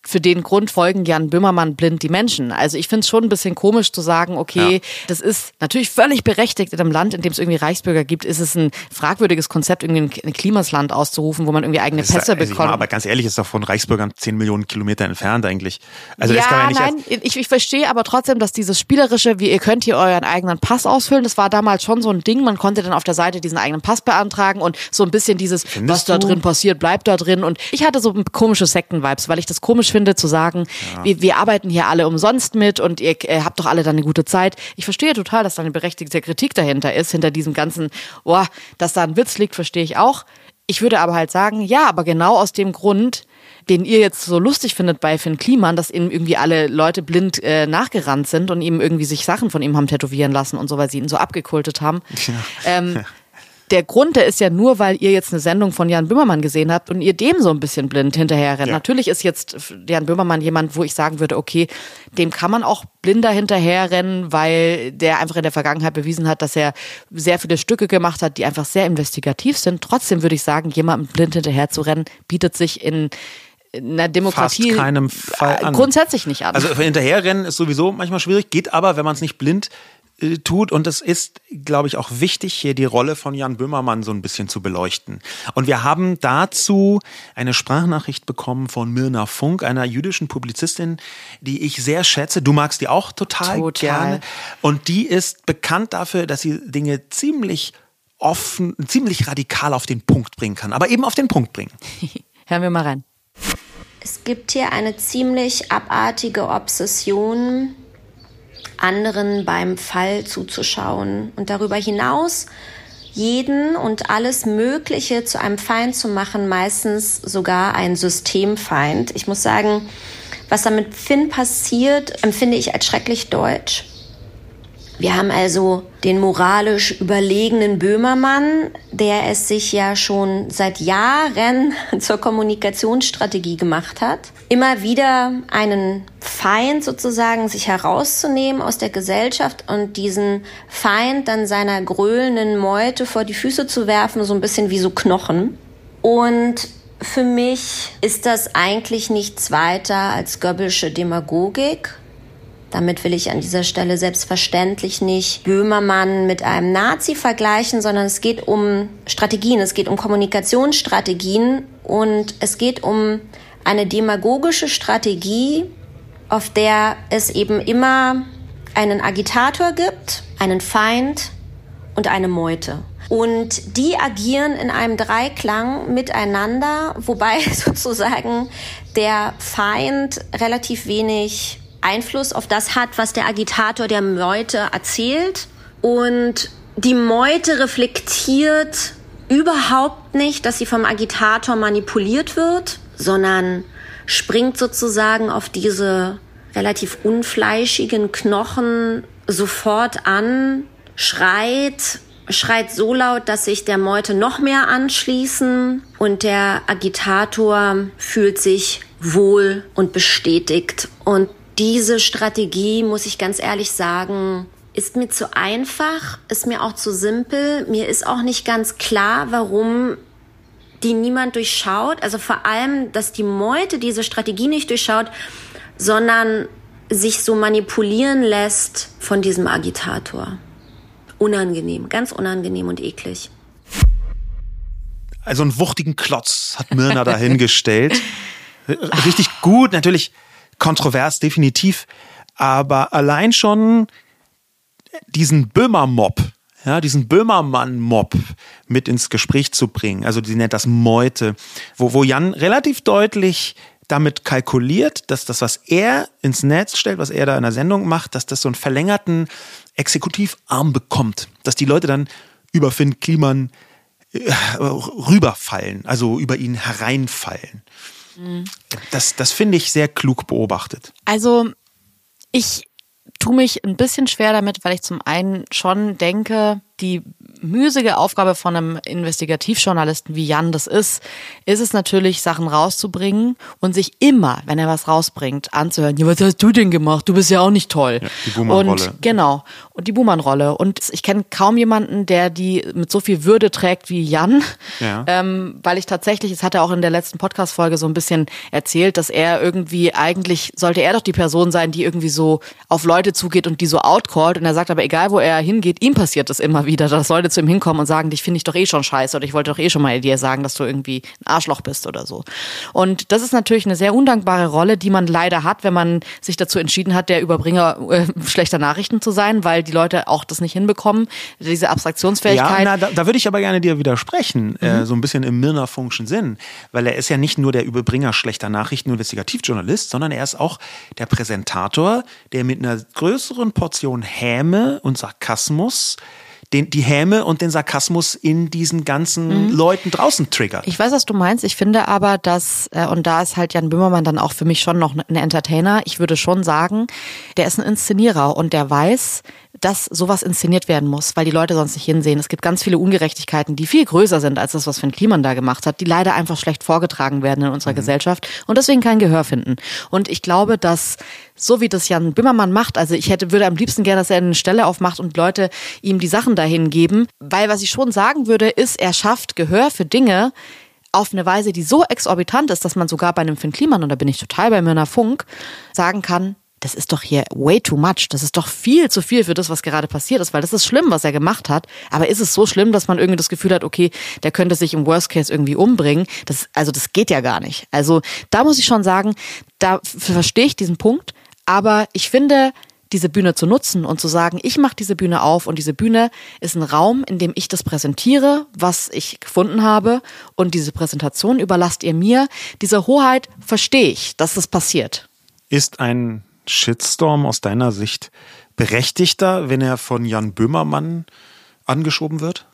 [SPEAKER 2] für den Grund folgen Jan Böhmermann blind die Menschen. Also ich finde es schon ein bisschen komisch zu sagen, okay, ja. das ist natürlich völlig berechtigt in einem Land, in dem es irgendwie Reichsbürger gibt, ist es ein fragwürdiges Konzept, irgendwie ein Klimasland auszurufen, wo man irgendwie eigene Pässe
[SPEAKER 1] also
[SPEAKER 2] bekommt.
[SPEAKER 1] Aber ganz ehrlich, ist doch von Reichsbürgern zehn Millionen Kilometer entfernt eigentlich. Also
[SPEAKER 2] ja,
[SPEAKER 1] das kann man ja nicht
[SPEAKER 2] nein, ich, ich verstehe aber trotzdem, dass dieses Spielerische, wie ihr könnt hier euren eigenen Pass ausfüllen, das war damals schon so ein Ding. Man konnte dann auf der Seite diesen eigenen Pass beantragen und so ein bisschen dieses, Findest was da du? drin passiert, bleibt da drin. Und ich hatte so komische Sekten-Vibes, weil ich das komisch finde, zu sagen, ja. wir, wir arbeiten hier alle umsonst mit und ihr äh, habt doch alle dann eine gute Zeit. Ich verstehe total, dass da eine berechtigte Kritik dahinter ist, hinter diesem ganzen, oh, dass da ein Witz liegt, verstehe ich auch. Ich würde aber halt sagen, ja, aber genau aus dem Grund, den ihr jetzt so lustig findet bei Finn Kliman, dass ihm irgendwie alle Leute blind äh, nachgerannt sind und ihm irgendwie sich Sachen von ihm haben tätowieren lassen und so, weil sie ihn so abgekultet haben. Ja. Ähm, Der Grund, der ist ja nur, weil ihr jetzt eine Sendung von Jan Böhmermann gesehen habt und ihr dem so ein bisschen blind hinterherrennt. Ja. Natürlich ist jetzt Jan Böhmermann jemand, wo ich sagen würde, okay, dem kann man auch blinder hinterherrennen, weil der einfach in der Vergangenheit bewiesen hat, dass er sehr viele Stücke gemacht hat, die einfach sehr investigativ sind. Trotzdem würde ich sagen, jemandem blind hinterher zu rennen, bietet sich in einer Demokratie
[SPEAKER 1] fast keinem Fall an.
[SPEAKER 2] Grundsätzlich nicht an.
[SPEAKER 1] Also hinterherrennen ist sowieso manchmal schwierig, geht aber, wenn man es nicht blind tut. Und es ist, glaube ich, auch wichtig, hier die Rolle von Jan Böhmermann so ein bisschen zu beleuchten. Und wir haben dazu eine Sprachnachricht bekommen von Mirna Funk, einer jüdischen Publizistin, die ich sehr schätze. Du magst die auch total, total. gerne. Und die ist bekannt dafür, dass sie Dinge ziemlich offen, ziemlich radikal auf den Punkt bringen kann. Aber eben auf den Punkt bringen.
[SPEAKER 2] Hören wir mal rein.
[SPEAKER 4] Es gibt hier eine ziemlich abartige Obsession, anderen beim Fall zuzuschauen und darüber hinaus jeden und alles Mögliche zu einem Feind zu machen, meistens sogar ein Systemfeind. Ich muss sagen, was da mit Finn passiert, empfinde ich als schrecklich deutsch. Wir haben also den moralisch überlegenen Böhmermann, der es sich ja schon seit Jahren zur Kommunikationsstrategie gemacht hat, immer wieder einen Feind sozusagen sich herauszunehmen aus der Gesellschaft und diesen Feind dann seiner gröhlenden Meute vor die Füße zu werfen, so ein bisschen wie so Knochen. Und für mich ist das eigentlich nichts weiter als Goebbelsche Demagogik. Damit will ich an dieser Stelle selbstverständlich nicht Böhmermann mit einem Nazi vergleichen, sondern es geht um Strategien, es geht um Kommunikationsstrategien und es geht um eine demagogische Strategie, auf der es eben immer einen Agitator gibt, einen Feind und eine Meute. Und die agieren in einem Dreiklang miteinander, wobei sozusagen der Feind relativ wenig Einfluss auf das hat, was der Agitator der Meute erzählt. Und die Meute reflektiert überhaupt nicht, dass sie vom Agitator manipuliert wird, sondern springt sozusagen auf diese relativ unfleischigen Knochen sofort an, schreit, schreit so laut, dass sich der Meute noch mehr anschließen und der Agitator fühlt sich wohl und bestätigt. Und diese Strategie, muss ich ganz ehrlich sagen, ist mir zu einfach, ist mir auch zu simpel. Mir ist auch nicht ganz klar, warum die niemand durchschaut. Also vor allem, dass die Meute diese Strategie nicht durchschaut, sondern sich so manipulieren lässt von diesem Agitator. Unangenehm, ganz unangenehm und eklig.
[SPEAKER 1] Also einen wuchtigen Klotz hat Mirna dahingestellt. Richtig gut, natürlich kontrovers, definitiv. Aber allein schon diesen Böhmer-Mob, ja, diesen Böhmermann-Mob mit ins Gespräch zu bringen, also die nennt das Meute, wo, wo Jan relativ deutlich damit kalkuliert, dass das, was er ins Netz stellt, was er da in der Sendung macht, dass das so einen verlängerten Exekutivarm bekommt. Dass die Leute dann über Finn Kliman äh, rüberfallen, also über ihn hereinfallen. Mhm. Das, das finde ich sehr klug beobachtet.
[SPEAKER 2] Also ich tue mich ein bisschen schwer damit, weil ich zum einen schon denke, die müßige Aufgabe von einem Investigativjournalisten wie Jan das ist, ist es natürlich, Sachen rauszubringen und sich immer, wenn er was rausbringt, anzuhören, ja, was hast du denn gemacht? Du bist ja auch nicht toll.
[SPEAKER 1] Ja, die Buhmann-Rolle.
[SPEAKER 2] Und genau, und die Buhmann-Rolle. Und ich kenne kaum jemanden, der die mit so viel Würde trägt wie Jan,
[SPEAKER 1] ja.
[SPEAKER 2] ähm, weil ich tatsächlich, das hat er auch in der letzten Podcast-Folge so ein bisschen erzählt, dass er irgendwie, eigentlich sollte er doch die Person sein, die irgendwie so auf Leute zugeht und die so outcallt, und er sagt aber, egal wo er hingeht, ihm passiert das immer wieder, dass Leute zu ihm hinkommen und sagen, dich finde ich doch eh schon scheiße oder ich wollte doch eh schon mal dir sagen, dass du irgendwie ein Arschloch bist oder so. Und das ist natürlich eine sehr undankbare Rolle, die man leider hat, wenn man sich dazu entschieden hat, der Überbringer äh, schlechter Nachrichten zu sein, weil die Leute auch das nicht hinbekommen, diese Abstraktionsfähigkeit.
[SPEAKER 1] Ja, na, da, da würde ich aber gerne dir widersprechen, mhm. äh, so ein bisschen im Milner-Funkschen Sinn, weil er ist ja nicht nur der Überbringer schlechter Nachrichten, Investigativjournalist, sondern er ist auch der Präsentator, der mit einer größeren Portion Häme und Sarkasmus Den, die Häme und den Sarkasmus in diesen ganzen mhm. Leuten draußen triggert.
[SPEAKER 2] Ich weiß, was du meinst. Ich finde aber, dass, äh, und da ist halt Jan Böhmermann dann auch für mich schon noch ein Entertainer. Ich würde schon sagen, der ist ein Inszenierer und der weiß, dass sowas inszeniert werden muss, weil die Leute sonst nicht hinsehen. Es gibt ganz viele Ungerechtigkeiten, die viel größer sind als das, was Finn Kliman da gemacht hat, die leider einfach schlecht vorgetragen werden in unserer mhm. Gesellschaft und deswegen kein Gehör finden. Und ich glaube, dass so wie das Jan Böhmermann macht, also ich hätte, würde am liebsten gerne, dass er eine Stelle aufmacht und Leute ihm die Sachen dahin geben, weil was ich schon sagen würde, ist, er schafft Gehör für Dinge auf eine Weise, die so exorbitant ist, dass man sogar bei einem Finn Kliman, und da bin ich total bei Mirna Funk, sagen kann, das ist doch hier way too much. Das ist doch viel zu viel für das, was gerade passiert ist, weil das ist schlimm, was er gemacht hat. Aber ist es so schlimm, dass man irgendwie das Gefühl hat, okay, der könnte sich im Worst Case irgendwie umbringen? Das, also das geht ja gar nicht. Also da muss ich schon sagen, da verstehe ich diesen Punkt. Aber ich finde, diese Bühne zu nutzen und zu sagen, ich mache diese Bühne auf und diese Bühne ist ein Raum, in dem ich das präsentiere, was ich gefunden habe, und diese Präsentation überlasst ihr mir. Diese Hoheit verstehe ich, dass das passiert.
[SPEAKER 1] Ist ein Shitstorm aus deiner Sicht berechtigter, wenn er von Jan Böhmermann angeschoben wird?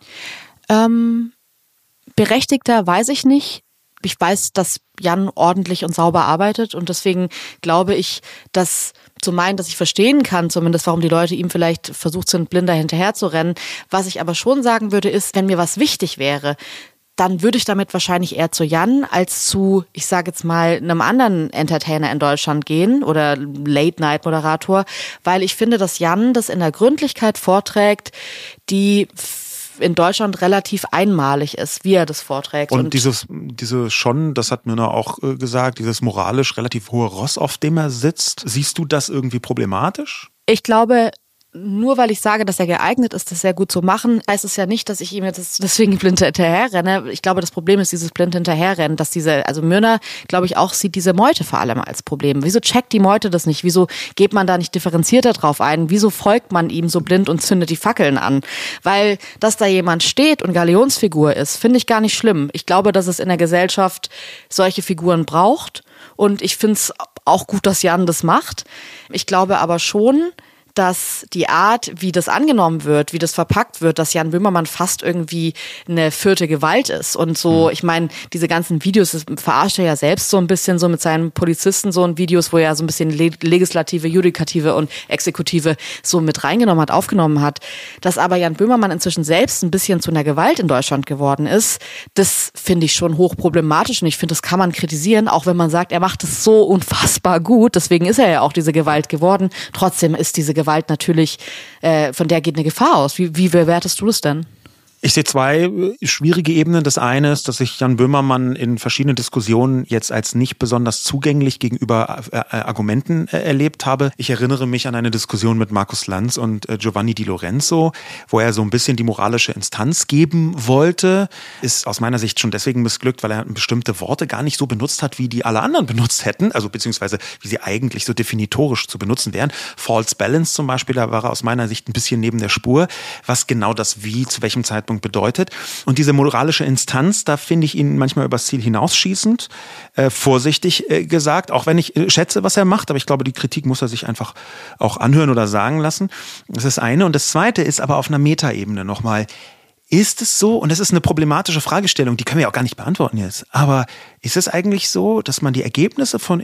[SPEAKER 2] Ähm, berechtigter weiß ich nicht. Ich weiß, dass Jan ordentlich und sauber arbeitet und deswegen glaube ich, dass zu meinen, dass ich verstehen kann, zumindest warum die Leute ihm vielleicht versucht sind, blinder hinterher zu rennen. Was ich aber schon sagen würde, ist, wenn mir was wichtig wäre, dann würde ich damit wahrscheinlich eher zu Jan als zu, ich sage jetzt mal, einem anderen Entertainer in Deutschland gehen oder Late-Night-Moderator, weil ich finde, dass Jan das in der Gründlichkeit vorträgt, die in Deutschland relativ einmalig ist, wie er das vorträgt.
[SPEAKER 1] Und, und dieses, diese schon, das hat Mirna auch äh, gesagt, dieses moralisch relativ hohe Ross, auf dem er sitzt, siehst du das irgendwie problematisch?
[SPEAKER 2] Ich glaube, nur weil ich sage, dass er geeignet ist, das sehr gut zu machen, heißt es ja nicht, dass ich ihm jetzt deswegen blind hinterherrenne. Ich glaube, das Problem ist dieses blind hinterherrennen, dass diese, also Mirna, glaube ich, auch sieht diese Meute vor allem als Problem. Wieso checkt die Meute das nicht? Wieso geht man da nicht differenzierter drauf ein? Wieso folgt man ihm so blind und zündet die Fackeln an? Weil, dass da jemand steht und Galionsfigur ist, finde ich gar nicht schlimm. Ich glaube, dass es in der Gesellschaft solche Figuren braucht und ich finde es auch gut, dass Jan das macht. Ich glaube aber schon, dass die Art, wie das angenommen wird, wie das verpackt wird, dass Jan Böhmermann fast irgendwie eine vierte Gewalt ist. Und so, ich meine, diese ganzen Videos, das verarscht er ja selbst so ein bisschen so mit seinen Polizisten, so in Videos, wo er so ein bisschen Legislative, Judikative und Exekutive so mit reingenommen hat, aufgenommen hat. Dass aber Jan Böhmermann inzwischen selbst ein bisschen zu einer Gewalt in Deutschland geworden ist, das finde ich schon hochproblematisch und ich finde, das kann man kritisieren, auch wenn man sagt, er macht es so unfassbar gut, deswegen ist er ja auch diese Gewalt geworden. Trotzdem ist diese Gewalt natürlich, äh, von der geht eine Gefahr aus. Wie, wie bewertest du das denn?
[SPEAKER 1] Ich sehe zwei schwierige Ebenen. Das eine ist, dass ich Jan Böhmermann in verschiedenen Diskussionen jetzt als nicht besonders zugänglich gegenüber äh, Argumenten äh, erlebt habe. Ich erinnere mich an eine Diskussion mit Markus Lanz und äh, Giovanni Di Lorenzo, wo er so ein bisschen die moralische Instanz geben wollte. Ist aus meiner Sicht schon deswegen missglückt, weil er bestimmte Worte gar nicht so benutzt hat, wie die alle anderen benutzt hätten. Also beziehungsweise wie sie eigentlich so definitorisch zu benutzen wären. False Balance zum Beispiel, da war er aus meiner Sicht ein bisschen neben der Spur. Was genau das wie, zu welchem Zeitpunkt bedeutet. Und diese moralische Instanz, da finde ich ihn manchmal übers Ziel hinausschießend, äh, vorsichtig äh, gesagt, auch wenn ich äh, schätze, was er macht, aber ich glaube, die Kritik muss er sich einfach auch anhören oder sagen lassen. Das ist das eine. Und das zweite ist aber auf einer Metaebene nochmal, ist es so, und das ist eine problematische Fragestellung, die können wir auch gar nicht beantworten jetzt, aber ist es eigentlich so, dass man die Ergebnisse von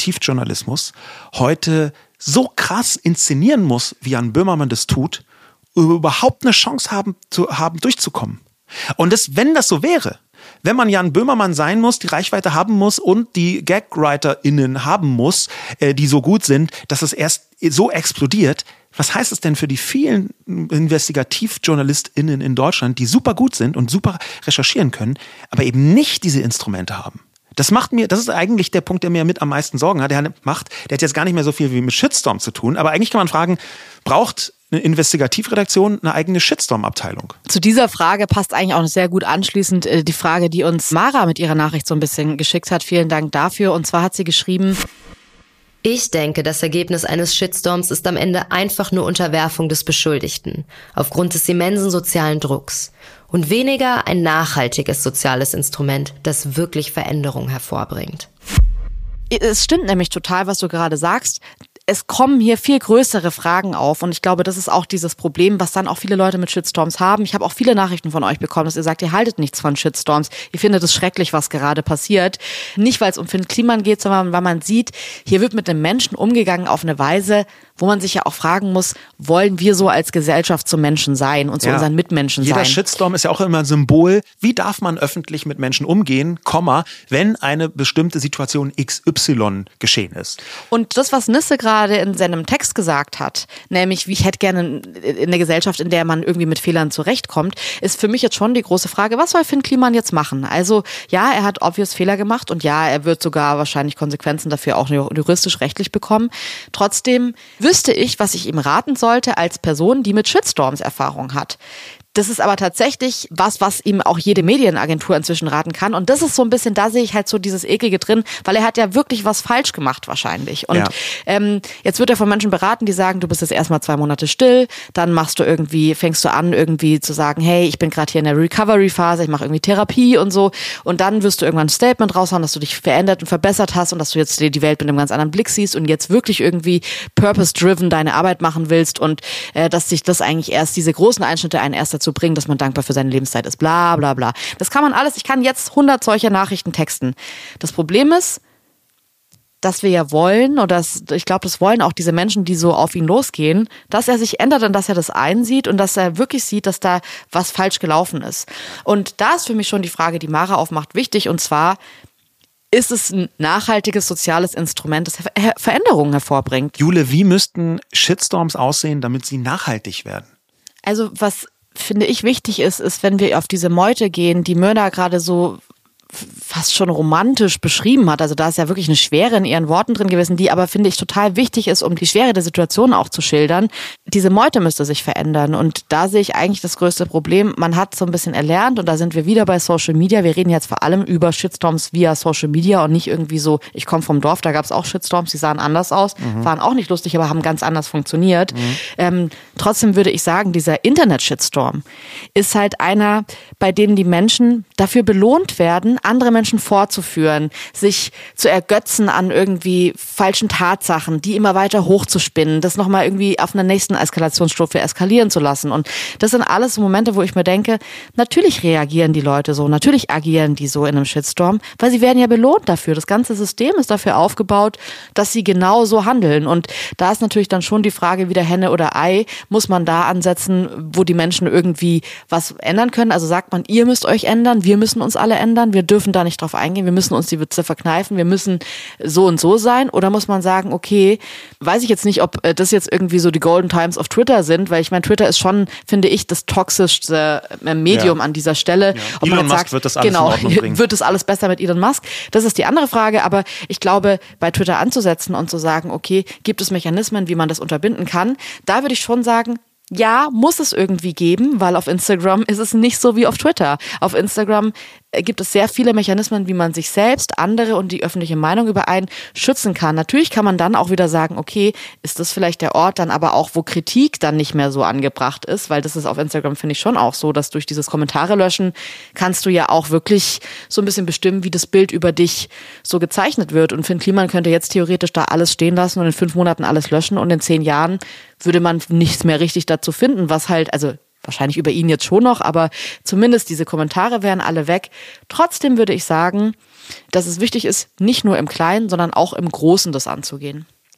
[SPEAKER 1] Investigativjournalismus heute so krass inszenieren muss, wie Jan Böhmermann das tut, überhaupt eine Chance haben, zu haben durchzukommen. Und das, wenn das so wäre, wenn man Jan Böhmermann sein muss, die Reichweite haben muss und die GagwriterInnen haben muss, äh, die so gut sind, dass es erst so explodiert, was heißt es denn für die vielen InvestigativjournalistInnen in Deutschland, die super gut sind und super recherchieren können, aber eben nicht diese Instrumente haben? Das macht mir, das ist eigentlich der Punkt, der mir mit am meisten Sorgen hat. Der macht, der hat jetzt gar nicht mehr so viel wie mit Shitstorm zu tun, aber eigentlich kann man fragen, braucht eine Investigativredaktion eine eigene Shitstorm-Abteilung?
[SPEAKER 2] Zu dieser Frage passt eigentlich auch sehr gut anschließend die Frage, die uns Mara mit ihrer Nachricht so ein bisschen geschickt hat. Vielen Dank dafür. Und zwar hat sie geschrieben:
[SPEAKER 3] Ich denke, das Ergebnis eines Shitstorms ist am Ende einfach nur Unterwerfung des Beschuldigten, aufgrund des immensen sozialen Drucks. Und weniger ein nachhaltiges soziales Instrument, das wirklich Veränderung hervorbringt.
[SPEAKER 2] Es stimmt nämlich total, was du gerade sagst. Es kommen hier viel größere Fragen auf und ich glaube, das ist auch dieses Problem, was dann auch viele Leute mit Shitstorms haben. Ich habe auch viele Nachrichten von euch bekommen, dass ihr sagt, ihr haltet nichts von Shitstorms, ihr findet es schrecklich, was gerade passiert. Nicht, weil es um Finn Kliman geht, sondern weil man sieht, hier wird mit einem Menschen umgegangen auf eine Weise, wo man sich ja auch fragen muss, wollen wir so als Gesellschaft zu Menschen sein und zu
[SPEAKER 1] ja.
[SPEAKER 2] unseren Mitmenschen
[SPEAKER 1] Jeder
[SPEAKER 2] sein?
[SPEAKER 1] Jeder Shitstorm ist ja auch immer ein Symbol, wie darf man öffentlich mit Menschen umgehen, Komma, wenn eine bestimmte Situation X Y geschehen ist.
[SPEAKER 2] Und das, was Nisse gerade in seinem Text gesagt hat, nämlich, wie ich hätte gerne in der Gesellschaft, in der man irgendwie mit Fehlern zurechtkommt, ist für mich jetzt schon die große Frage, was soll Finn Kliman jetzt machen? Also ja, er hat obvious Fehler gemacht und ja, er wird sogar wahrscheinlich Konsequenzen dafür auch juristisch-rechtlich bekommen. Trotzdem wüsste ich, was ich ihm raten sollte als Person, die mit Shitstorms Erfahrung hat. Das ist aber tatsächlich was, was ihm auch jede Medienagentur inzwischen raten kann. Und das ist so ein bisschen, da sehe ich halt so dieses Eklige drin, weil er hat ja wirklich was falsch gemacht wahrscheinlich. Und ja. ähm, jetzt wird er von Menschen beraten, die sagen, du bist jetzt erstmal zwei Monate still, dann machst du irgendwie, fängst du an irgendwie zu sagen, hey, ich bin gerade hier in der Recovery-Phase, ich mache irgendwie Therapie und so. Und dann wirst du irgendwann ein Statement raushauen, dass du dich verändert und verbessert hast und dass du jetzt die Welt mit einem ganz anderen Blick siehst und jetzt wirklich irgendwie purpose-driven deine Arbeit machen willst und äh, dass sich das eigentlich erst, diese großen Einschnitte einen erst zu bringen, dass man dankbar für seine Lebenszeit ist, bla bla bla. Das kann man alles, ich kann jetzt hundert solcher Nachrichten texten. Das Problem ist, dass wir ja wollen, oder das, ich glaube, das wollen auch diese Menschen, die so auf ihn losgehen, dass er sich ändert und dass er das einsieht und dass er wirklich sieht, dass da was falsch gelaufen ist. Und da ist für mich schon die Frage, die Mara aufmacht, wichtig, und zwar, ist es ein nachhaltiges soziales Instrument, das Ver- Veränderungen hervorbringt?
[SPEAKER 1] Jule, wie müssten Shitstorms aussehen, damit sie nachhaltig werden?
[SPEAKER 2] Also was finde ich wichtig ist, ist, wenn wir auf diese Meute gehen, die Mörder gerade so fast schon romantisch beschrieben hat. Also da ist ja wirklich eine Schwere in ihren Worten drin gewesen, die aber, finde ich, total wichtig ist, um die Schwere der Situation auch zu schildern. Diese Meute müsste sich verändern und da sehe ich eigentlich das größte Problem. Man hat so ein bisschen erlernt und da sind wir wieder bei Social Media. Wir reden jetzt vor allem über Shitstorms via Social Media und nicht irgendwie so, ich komme vom Dorf, da gab es auch Shitstorms, die sahen anders aus, mhm. waren auch nicht lustig, aber haben ganz anders funktioniert. Mhm. Ähm, trotzdem würde ich sagen, dieser Internet-Shitstorm ist halt einer, bei dem die Menschen dafür belohnt werden, andere Menschen vorzuführen, sich zu ergötzen an irgendwie falschen Tatsachen, die immer weiter hochzuspinnen, das nochmal irgendwie auf einer nächsten Eskalationsstufe eskalieren zu lassen. Und das sind alles so Momente, wo ich mir denke, natürlich reagieren die Leute so, natürlich agieren die so in einem Shitstorm, weil sie werden ja belohnt dafür. Das ganze System ist dafür aufgebaut, dass sie genau so handeln. Und da ist natürlich dann schon die Frage, wieder Henne oder Ei, muss man da ansetzen, wo die Menschen irgendwie was ändern können? Also sagt man, ihr müsst euch ändern, wir müssen uns alle ändern, wir dürfen da nicht drauf eingehen, wir müssen uns die Witze verkneifen, wir müssen so und so sein, oder muss man sagen, okay, weiß ich jetzt nicht, ob das jetzt irgendwie so die Golden Times of Twitter sind, weil ich meine, Twitter ist schon, finde ich, das toxischste Medium ja. an dieser Stelle.
[SPEAKER 1] Ja.
[SPEAKER 2] Ob
[SPEAKER 1] Elon
[SPEAKER 2] man
[SPEAKER 1] Musk
[SPEAKER 2] sagt,
[SPEAKER 1] wird das alles
[SPEAKER 2] genau,
[SPEAKER 1] in Ordnung bringen.
[SPEAKER 2] Wird das alles besser mit Elon Musk? Das ist die andere Frage, aber ich glaube, bei Twitter anzusetzen und zu sagen, okay, gibt es Mechanismen, wie man das unterbinden kann, da würde ich schon sagen, ja, muss es irgendwie geben, weil auf Instagram ist es nicht so wie auf Twitter. Auf Instagram gibt es sehr viele Mechanismen, wie man sich selbst, andere und die öffentliche Meinung über einen schützen kann. Natürlich kann man dann auch wieder sagen, okay, ist das vielleicht der Ort dann aber auch, wo Kritik dann nicht mehr so angebracht ist, weil das ist auf Instagram, finde ich, schon auch so, dass durch dieses Kommentare löschen kannst du ja auch wirklich so ein bisschen bestimmen, wie das Bild über dich so gezeichnet wird. Und Finn Kliman könnte jetzt theoretisch da alles stehen lassen und in fünf Monaten alles löschen und in zehn Jahren würde man nichts mehr richtig dazu finden, was halt, also wahrscheinlich über ihn jetzt schon noch, aber zumindest diese Kommentare wären alle weg. Trotzdem würde ich sagen, dass es wichtig ist, nicht nur im Kleinen, sondern auch im Großen das anzugehen.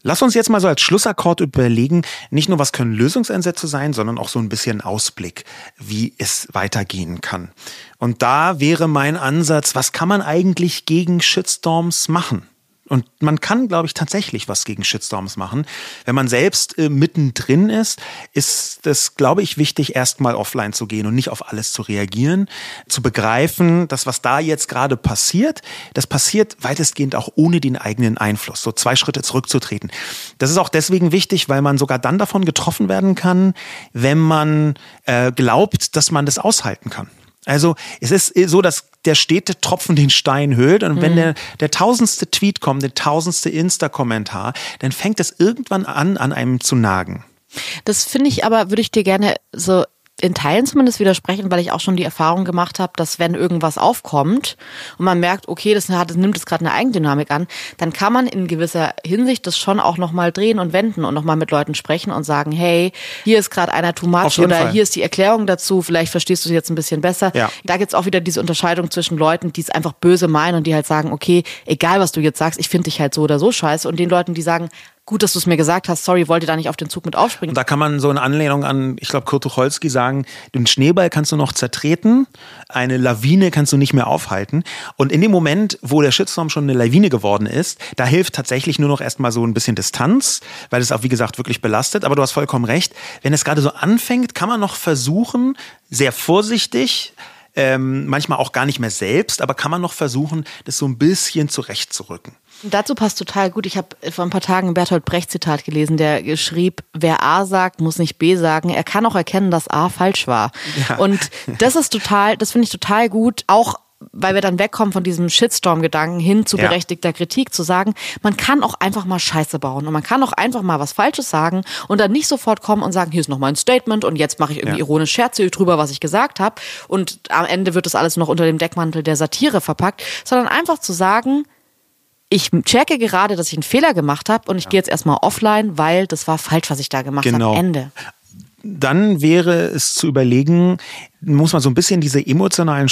[SPEAKER 1] Lass uns jetzt mal so als Schlussakkord überlegen, nicht nur was können Lösungsansätze sein, sondern auch so ein bisschen Ausblick, wie es weitergehen kann. Und da wäre mein Ansatz, was kann man eigentlich gegen Shitstorms machen? Und man kann, glaube ich, tatsächlich was gegen Shitstorms machen. Wenn man selbst äh, mittendrin ist, ist es, glaube ich, wichtig, erstmal offline zu gehen und nicht auf alles zu reagieren, zu begreifen, dass was da jetzt gerade passiert, das passiert weitestgehend auch ohne den eigenen Einfluss, so zwei Schritte zurückzutreten. Das ist auch deswegen wichtig, weil man sogar dann davon getroffen werden kann, wenn man äh, glaubt, dass man das aushalten kann. Also es ist so, dass der stete Tropfen den Stein höhlt und wenn der, der tausendste Tweet kommt, der tausendste Insta-Kommentar, dann fängt es irgendwann an, an einem zu nagen.
[SPEAKER 2] Das finde ich aber, würde ich dir gerne so in Teilen zumindest widersprechen, weil ich auch schon die Erfahrung gemacht habe, dass wenn irgendwas aufkommt und man merkt, okay, das, hat, das nimmt jetzt gerade eine Eigendynamik an, dann kann man in gewisser Hinsicht das schon auch nochmal drehen und wenden und nochmal mit Leuten sprechen und sagen, hey, hier ist gerade einer too much oder Fall. Hier ist die Erklärung dazu, vielleicht verstehst du es jetzt ein bisschen besser. Ja. Da gibt's auch wieder diese Unterscheidung zwischen Leuten, die es einfach böse meinen und die halt sagen, okay, egal was du jetzt sagst, ich finde dich halt so oder so scheiße, und den Leuten, die sagen, gut, dass du es mir gesagt hast, sorry, wollte da nicht auf den Zug mit aufspringen.
[SPEAKER 1] Und da kann man so in Anlehnung an, ich glaube, Kurt Tucholsky sagen, den Schneeball kannst du noch zertreten, eine Lawine kannst du nicht mehr aufhalten. Und in dem Moment, wo der Shitstorm schon eine Lawine geworden ist, da hilft tatsächlich nur noch erstmal so ein bisschen Distanz, weil es auch, wie gesagt, wirklich belastet. Aber du hast vollkommen recht, wenn es gerade so anfängt, kann man noch versuchen, sehr vorsichtig, ähm, manchmal auch gar nicht mehr selbst, aber kann man noch versuchen, das so ein bisschen zurechtzurücken.
[SPEAKER 2] Dazu passt total gut. Ich habe vor ein paar Tagen ein Bertolt Brecht-Zitat gelesen, der schrieb, wer A sagt, muss nicht B sagen. Er kann auch erkennen, dass A falsch war. Ja. Und das ist total, das finde ich total gut, auch weil wir dann wegkommen von diesem Shitstorm-Gedanken hin zu berechtigter ja. Kritik, zu sagen, man kann auch einfach mal Scheiße bauen und man kann auch einfach mal was Falsches sagen und dann nicht sofort kommen und sagen, hier ist nochmal ein Statement und jetzt mache ich irgendwie ja. ironisch Scherze drüber, was ich gesagt habe, und am Ende wird das alles noch unter dem Deckmantel der Satire verpackt, sondern einfach zu sagen, ich checke gerade, dass ich einen Fehler gemacht habe und ich ja. gehe jetzt erstmal offline, weil das war falsch, was ich da gemacht
[SPEAKER 1] genau.
[SPEAKER 2] habe. Ende.
[SPEAKER 1] Dann wäre es zu überlegen, muss man so ein bisschen diese emotionalen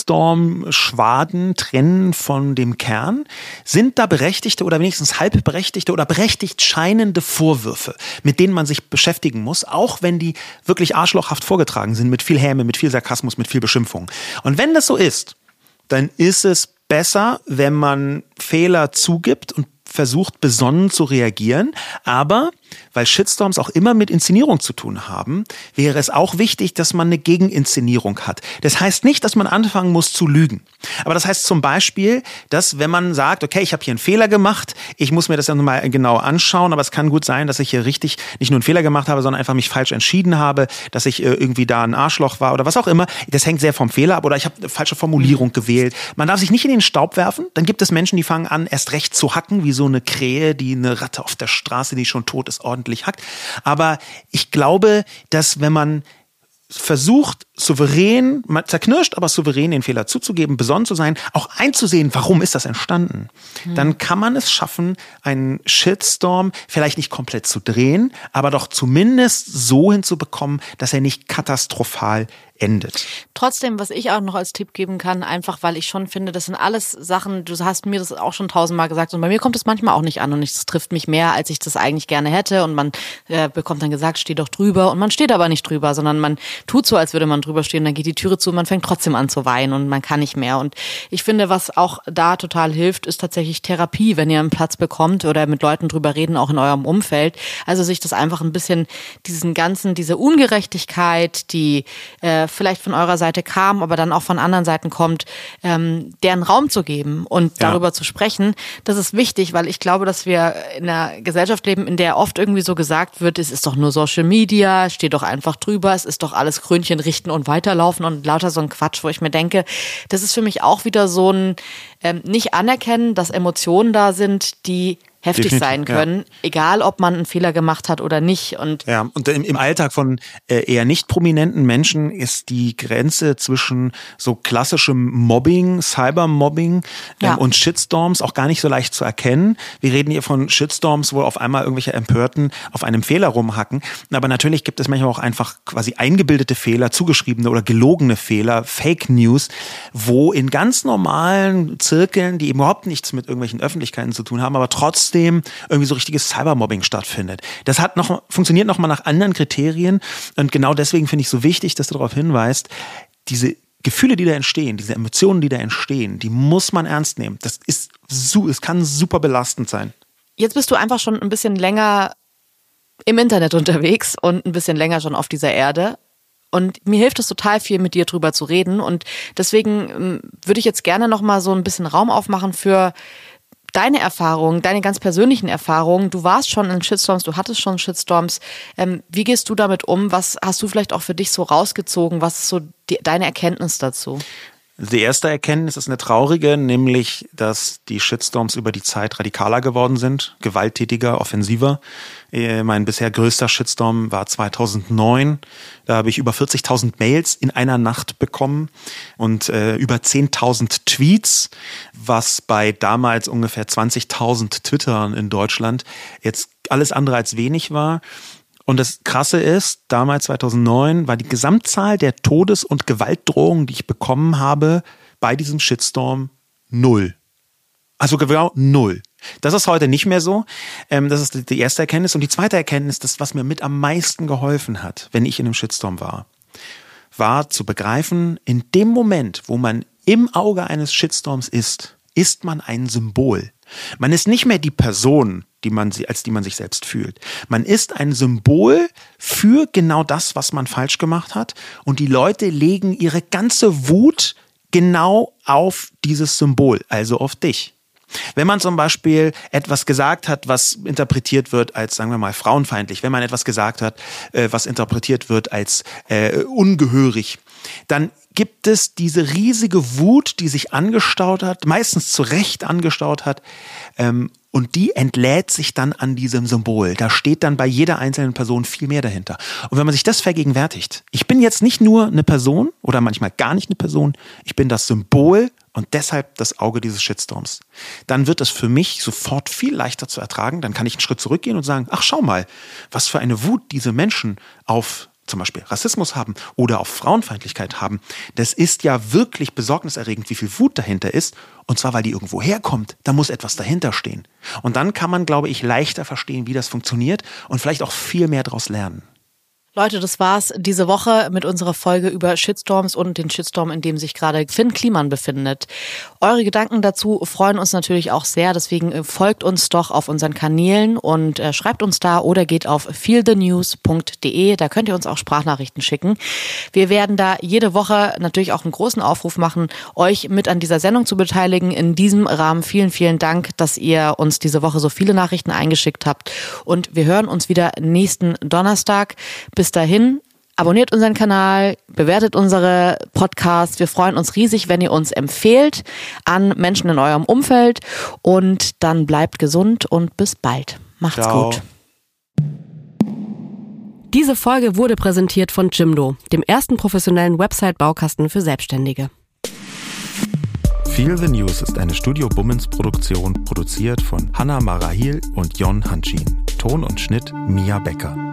[SPEAKER 1] Shitstorm-Schwaden trennen von dem Kern. Sind da berechtigte oder wenigstens halb berechtigte oder berechtigt scheinende Vorwürfe, mit denen man sich beschäftigen muss, auch wenn die wirklich arschlochhaft vorgetragen sind, mit viel Häme, mit viel Sarkasmus, mit viel Beschimpfung. Und wenn das so ist, dann ist es besser, wenn man Fehler zugibt und versucht, besonnen zu reagieren. Aber weil Shitstorms auch immer mit Inszenierung zu tun haben, wäre es auch wichtig, dass man eine Gegeninszenierung hat. Das heißt nicht, dass man anfangen muss zu lügen. Aber das heißt zum Beispiel, dass wenn man sagt, okay, ich habe hier einen Fehler gemacht, ich muss mir das dann mal genau anschauen, aber es kann gut sein, dass ich hier richtig nicht nur einen Fehler gemacht habe, sondern einfach mich falsch entschieden habe, dass ich irgendwie da ein Arschloch war oder was auch immer. Das hängt sehr vom Fehler ab oder ich habe eine falsche Formulierung gewählt. Man darf sich nicht in den Staub werfen. Dann gibt es Menschen, die fangen an, erst recht zu hacken, wie so eine Krähe, die eine Ratte auf der Straße, die schon tot ist, ordentlich hackt. Aber ich glaube, dass wenn man versucht, souverän, zerknirscht, aber souverän den Fehler zuzugeben, besonnen zu sein, auch einzusehen, warum ist das entstanden, hm. dann kann man es schaffen, einen Shitstorm vielleicht nicht komplett zu drehen, aber doch zumindest so hinzubekommen, dass er nicht katastrophal endet.
[SPEAKER 2] Trotzdem, was ich auch noch als Tipp geben kann, einfach weil ich schon finde, das sind alles Sachen, du hast mir das auch schon tausendmal gesagt und bei mir kommt es manchmal auch nicht an und es trifft mich mehr, als ich das eigentlich gerne hätte und man äh, bekommt dann gesagt, steh doch drüber und man steht aber nicht drüber, sondern man tut so, als würde man drüber stehen, dann geht die Türe zu und man fängt trotzdem an zu weinen und man kann nicht mehr. Und ich finde, was auch da total hilft, ist tatsächlich Therapie, wenn ihr einen Platz bekommt oder mit Leuten drüber reden, auch in eurem Umfeld. Also sich das einfach ein bisschen, diesen ganzen, diese Ungerechtigkeit, die äh, vielleicht von eurer Seite kam, aber dann auch von anderen Seiten kommt, ähm, deren Raum zu geben und ja. darüber zu sprechen. Das ist wichtig, weil ich glaube, dass wir in einer Gesellschaft leben, in der oft irgendwie so gesagt wird, es ist doch nur Social Media, steh doch einfach drüber, es ist doch alles Krönchen richten und weiterlaufen und lauter so ein Quatsch, wo ich mir denke, das ist für mich auch wieder so ein ähm, nicht anerkennen, dass Emotionen da sind, die heftig Definitiv, sein können, ja. egal ob man einen Fehler gemacht hat oder nicht. Und
[SPEAKER 1] ja, und im, im Alltag von äh, eher nicht prominenten Menschen ist die Grenze zwischen so klassischem Mobbing, Cybermobbing ähm, ja. und Shitstorms auch gar nicht so leicht zu erkennen. Wir reden hier von Shitstorms, wo auf einmal irgendwelche Empörten auf einem Fehler rumhacken. Aber natürlich gibt es manchmal auch einfach quasi eingebildete Fehler, zugeschriebene oder gelogene Fehler, Fake News, wo in ganz normalen Zirkeln, die überhaupt nichts mit irgendwelchen Öffentlichkeiten zu tun haben, aber trotzdem trotzdem irgendwie so richtiges Cybermobbing stattfindet. Das hat noch, funktioniert nochmal nach anderen Kriterien und genau deswegen finde ich so wichtig, dass du darauf hinweist, diese Gefühle, die da entstehen, diese Emotionen, die da entstehen, die muss man ernst nehmen. Das ist, es kann super belastend sein.
[SPEAKER 2] Jetzt bist du einfach schon ein bisschen länger im Internet unterwegs und ein bisschen länger schon auf dieser Erde. Und mir hilft es total viel, mit dir drüber zu reden. Und deswegen ähm, würde ich jetzt gerne nochmal so ein bisschen Raum aufmachen für deine Erfahrungen, deine ganz persönlichen Erfahrungen. Du warst schon in Shitstorms, du hattest schon Shitstorms. Ähm, wie gehst du damit um? Was hast du vielleicht auch für dich so rausgezogen? Was ist so die, deine Erkenntnis dazu?
[SPEAKER 1] Die erste Erkenntnis ist eine traurige, nämlich, dass die Shitstorms über die Zeit radikaler geworden sind, gewalttätiger, offensiver. Mein bisher größter Shitstorm war zweitausendneun. Da habe ich über vierzigtausend Mails in einer Nacht bekommen und äh, über zehntausend Tweets, was bei damals ungefähr zwanzigtausend Twittern in Deutschland jetzt alles andere als wenig war. Und das Krasse ist, damals zweitausendneun war die Gesamtzahl der Todes- und Gewaltdrohungen, die ich bekommen habe, bei diesem Shitstorm null. Also genau null. Das ist heute nicht mehr so. Das ist die erste Erkenntnis. Und die zweite Erkenntnis, das, was mir mit am meisten geholfen hat, wenn ich in einem Shitstorm war, war zu begreifen, in dem Moment, wo man im Auge eines Shitstorms ist, ist man ein Symbol. Man ist nicht mehr die Person, die man, als die man sich selbst fühlt. Man ist ein Symbol für genau das, was man falsch gemacht hat. Und die Leute legen ihre ganze Wut genau auf dieses Symbol, also auf dich. Wenn man zum Beispiel etwas gesagt hat, was interpretiert wird als, sagen wir mal, frauenfeindlich, wenn man etwas gesagt hat, was interpretiert wird als äh, ungehörig, dann gibt es diese riesige Wut, die sich angestaut hat, meistens zu Recht angestaut hat, ähm, und die entlädt sich dann an diesem Symbol. Da steht dann bei jeder einzelnen Person viel mehr dahinter. Und wenn man sich das vergegenwärtigt, ich bin jetzt nicht nur eine Person oder manchmal gar nicht eine Person, ich bin das Symbol und deshalb das Auge dieses Shitstorms, dann wird es für mich sofort viel leichter zu ertragen. Dann kann ich einen Schritt zurückgehen und sagen, ach schau mal, was für eine Wut diese Menschen auf zum Beispiel Rassismus haben oder auf Frauenfeindlichkeit haben. Das ist ja wirklich besorgniserregend, wie viel Wut dahinter ist. Und zwar, weil die irgendwo herkommt. Da muss etwas dahinter stehen. Und dann kann man, glaube ich, leichter verstehen, wie das funktioniert und vielleicht auch viel mehr daraus lernen.
[SPEAKER 2] Leute, das war's diese Woche mit unserer Folge über Shitstorms und den Shitstorm, in dem sich gerade Finn Kliman befindet. Eure Gedanken dazu freuen uns natürlich auch sehr, deswegen folgt uns doch auf unseren Kanälen und äh, schreibt uns da oder geht auf feel the news punkt de, da könnt ihr uns auch Sprachnachrichten schicken. Wir werden da jede Woche natürlich auch einen großen Aufruf machen, euch mit an dieser Sendung zu beteiligen. In diesem Rahmen vielen, vielen Dank, dass ihr uns diese Woche so viele Nachrichten eingeschickt habt und wir hören uns wieder nächsten Donnerstag. Bis Bis dahin, abonniert unseren Kanal, bewertet unsere Podcasts. Wir freuen uns riesig, wenn ihr uns empfehlt an Menschen in eurem Umfeld. Und dann bleibt gesund und bis bald. Macht's Ciao. Gut. Diese Folge wurde präsentiert von Jimdo, dem ersten professionellen Website-Baukasten für Selbstständige.
[SPEAKER 1] Feel the News ist eine Studio Bummens Produktion, produziert von Hanna Marahil und Jon Hanschin. Ton und Schnitt Mia Becker.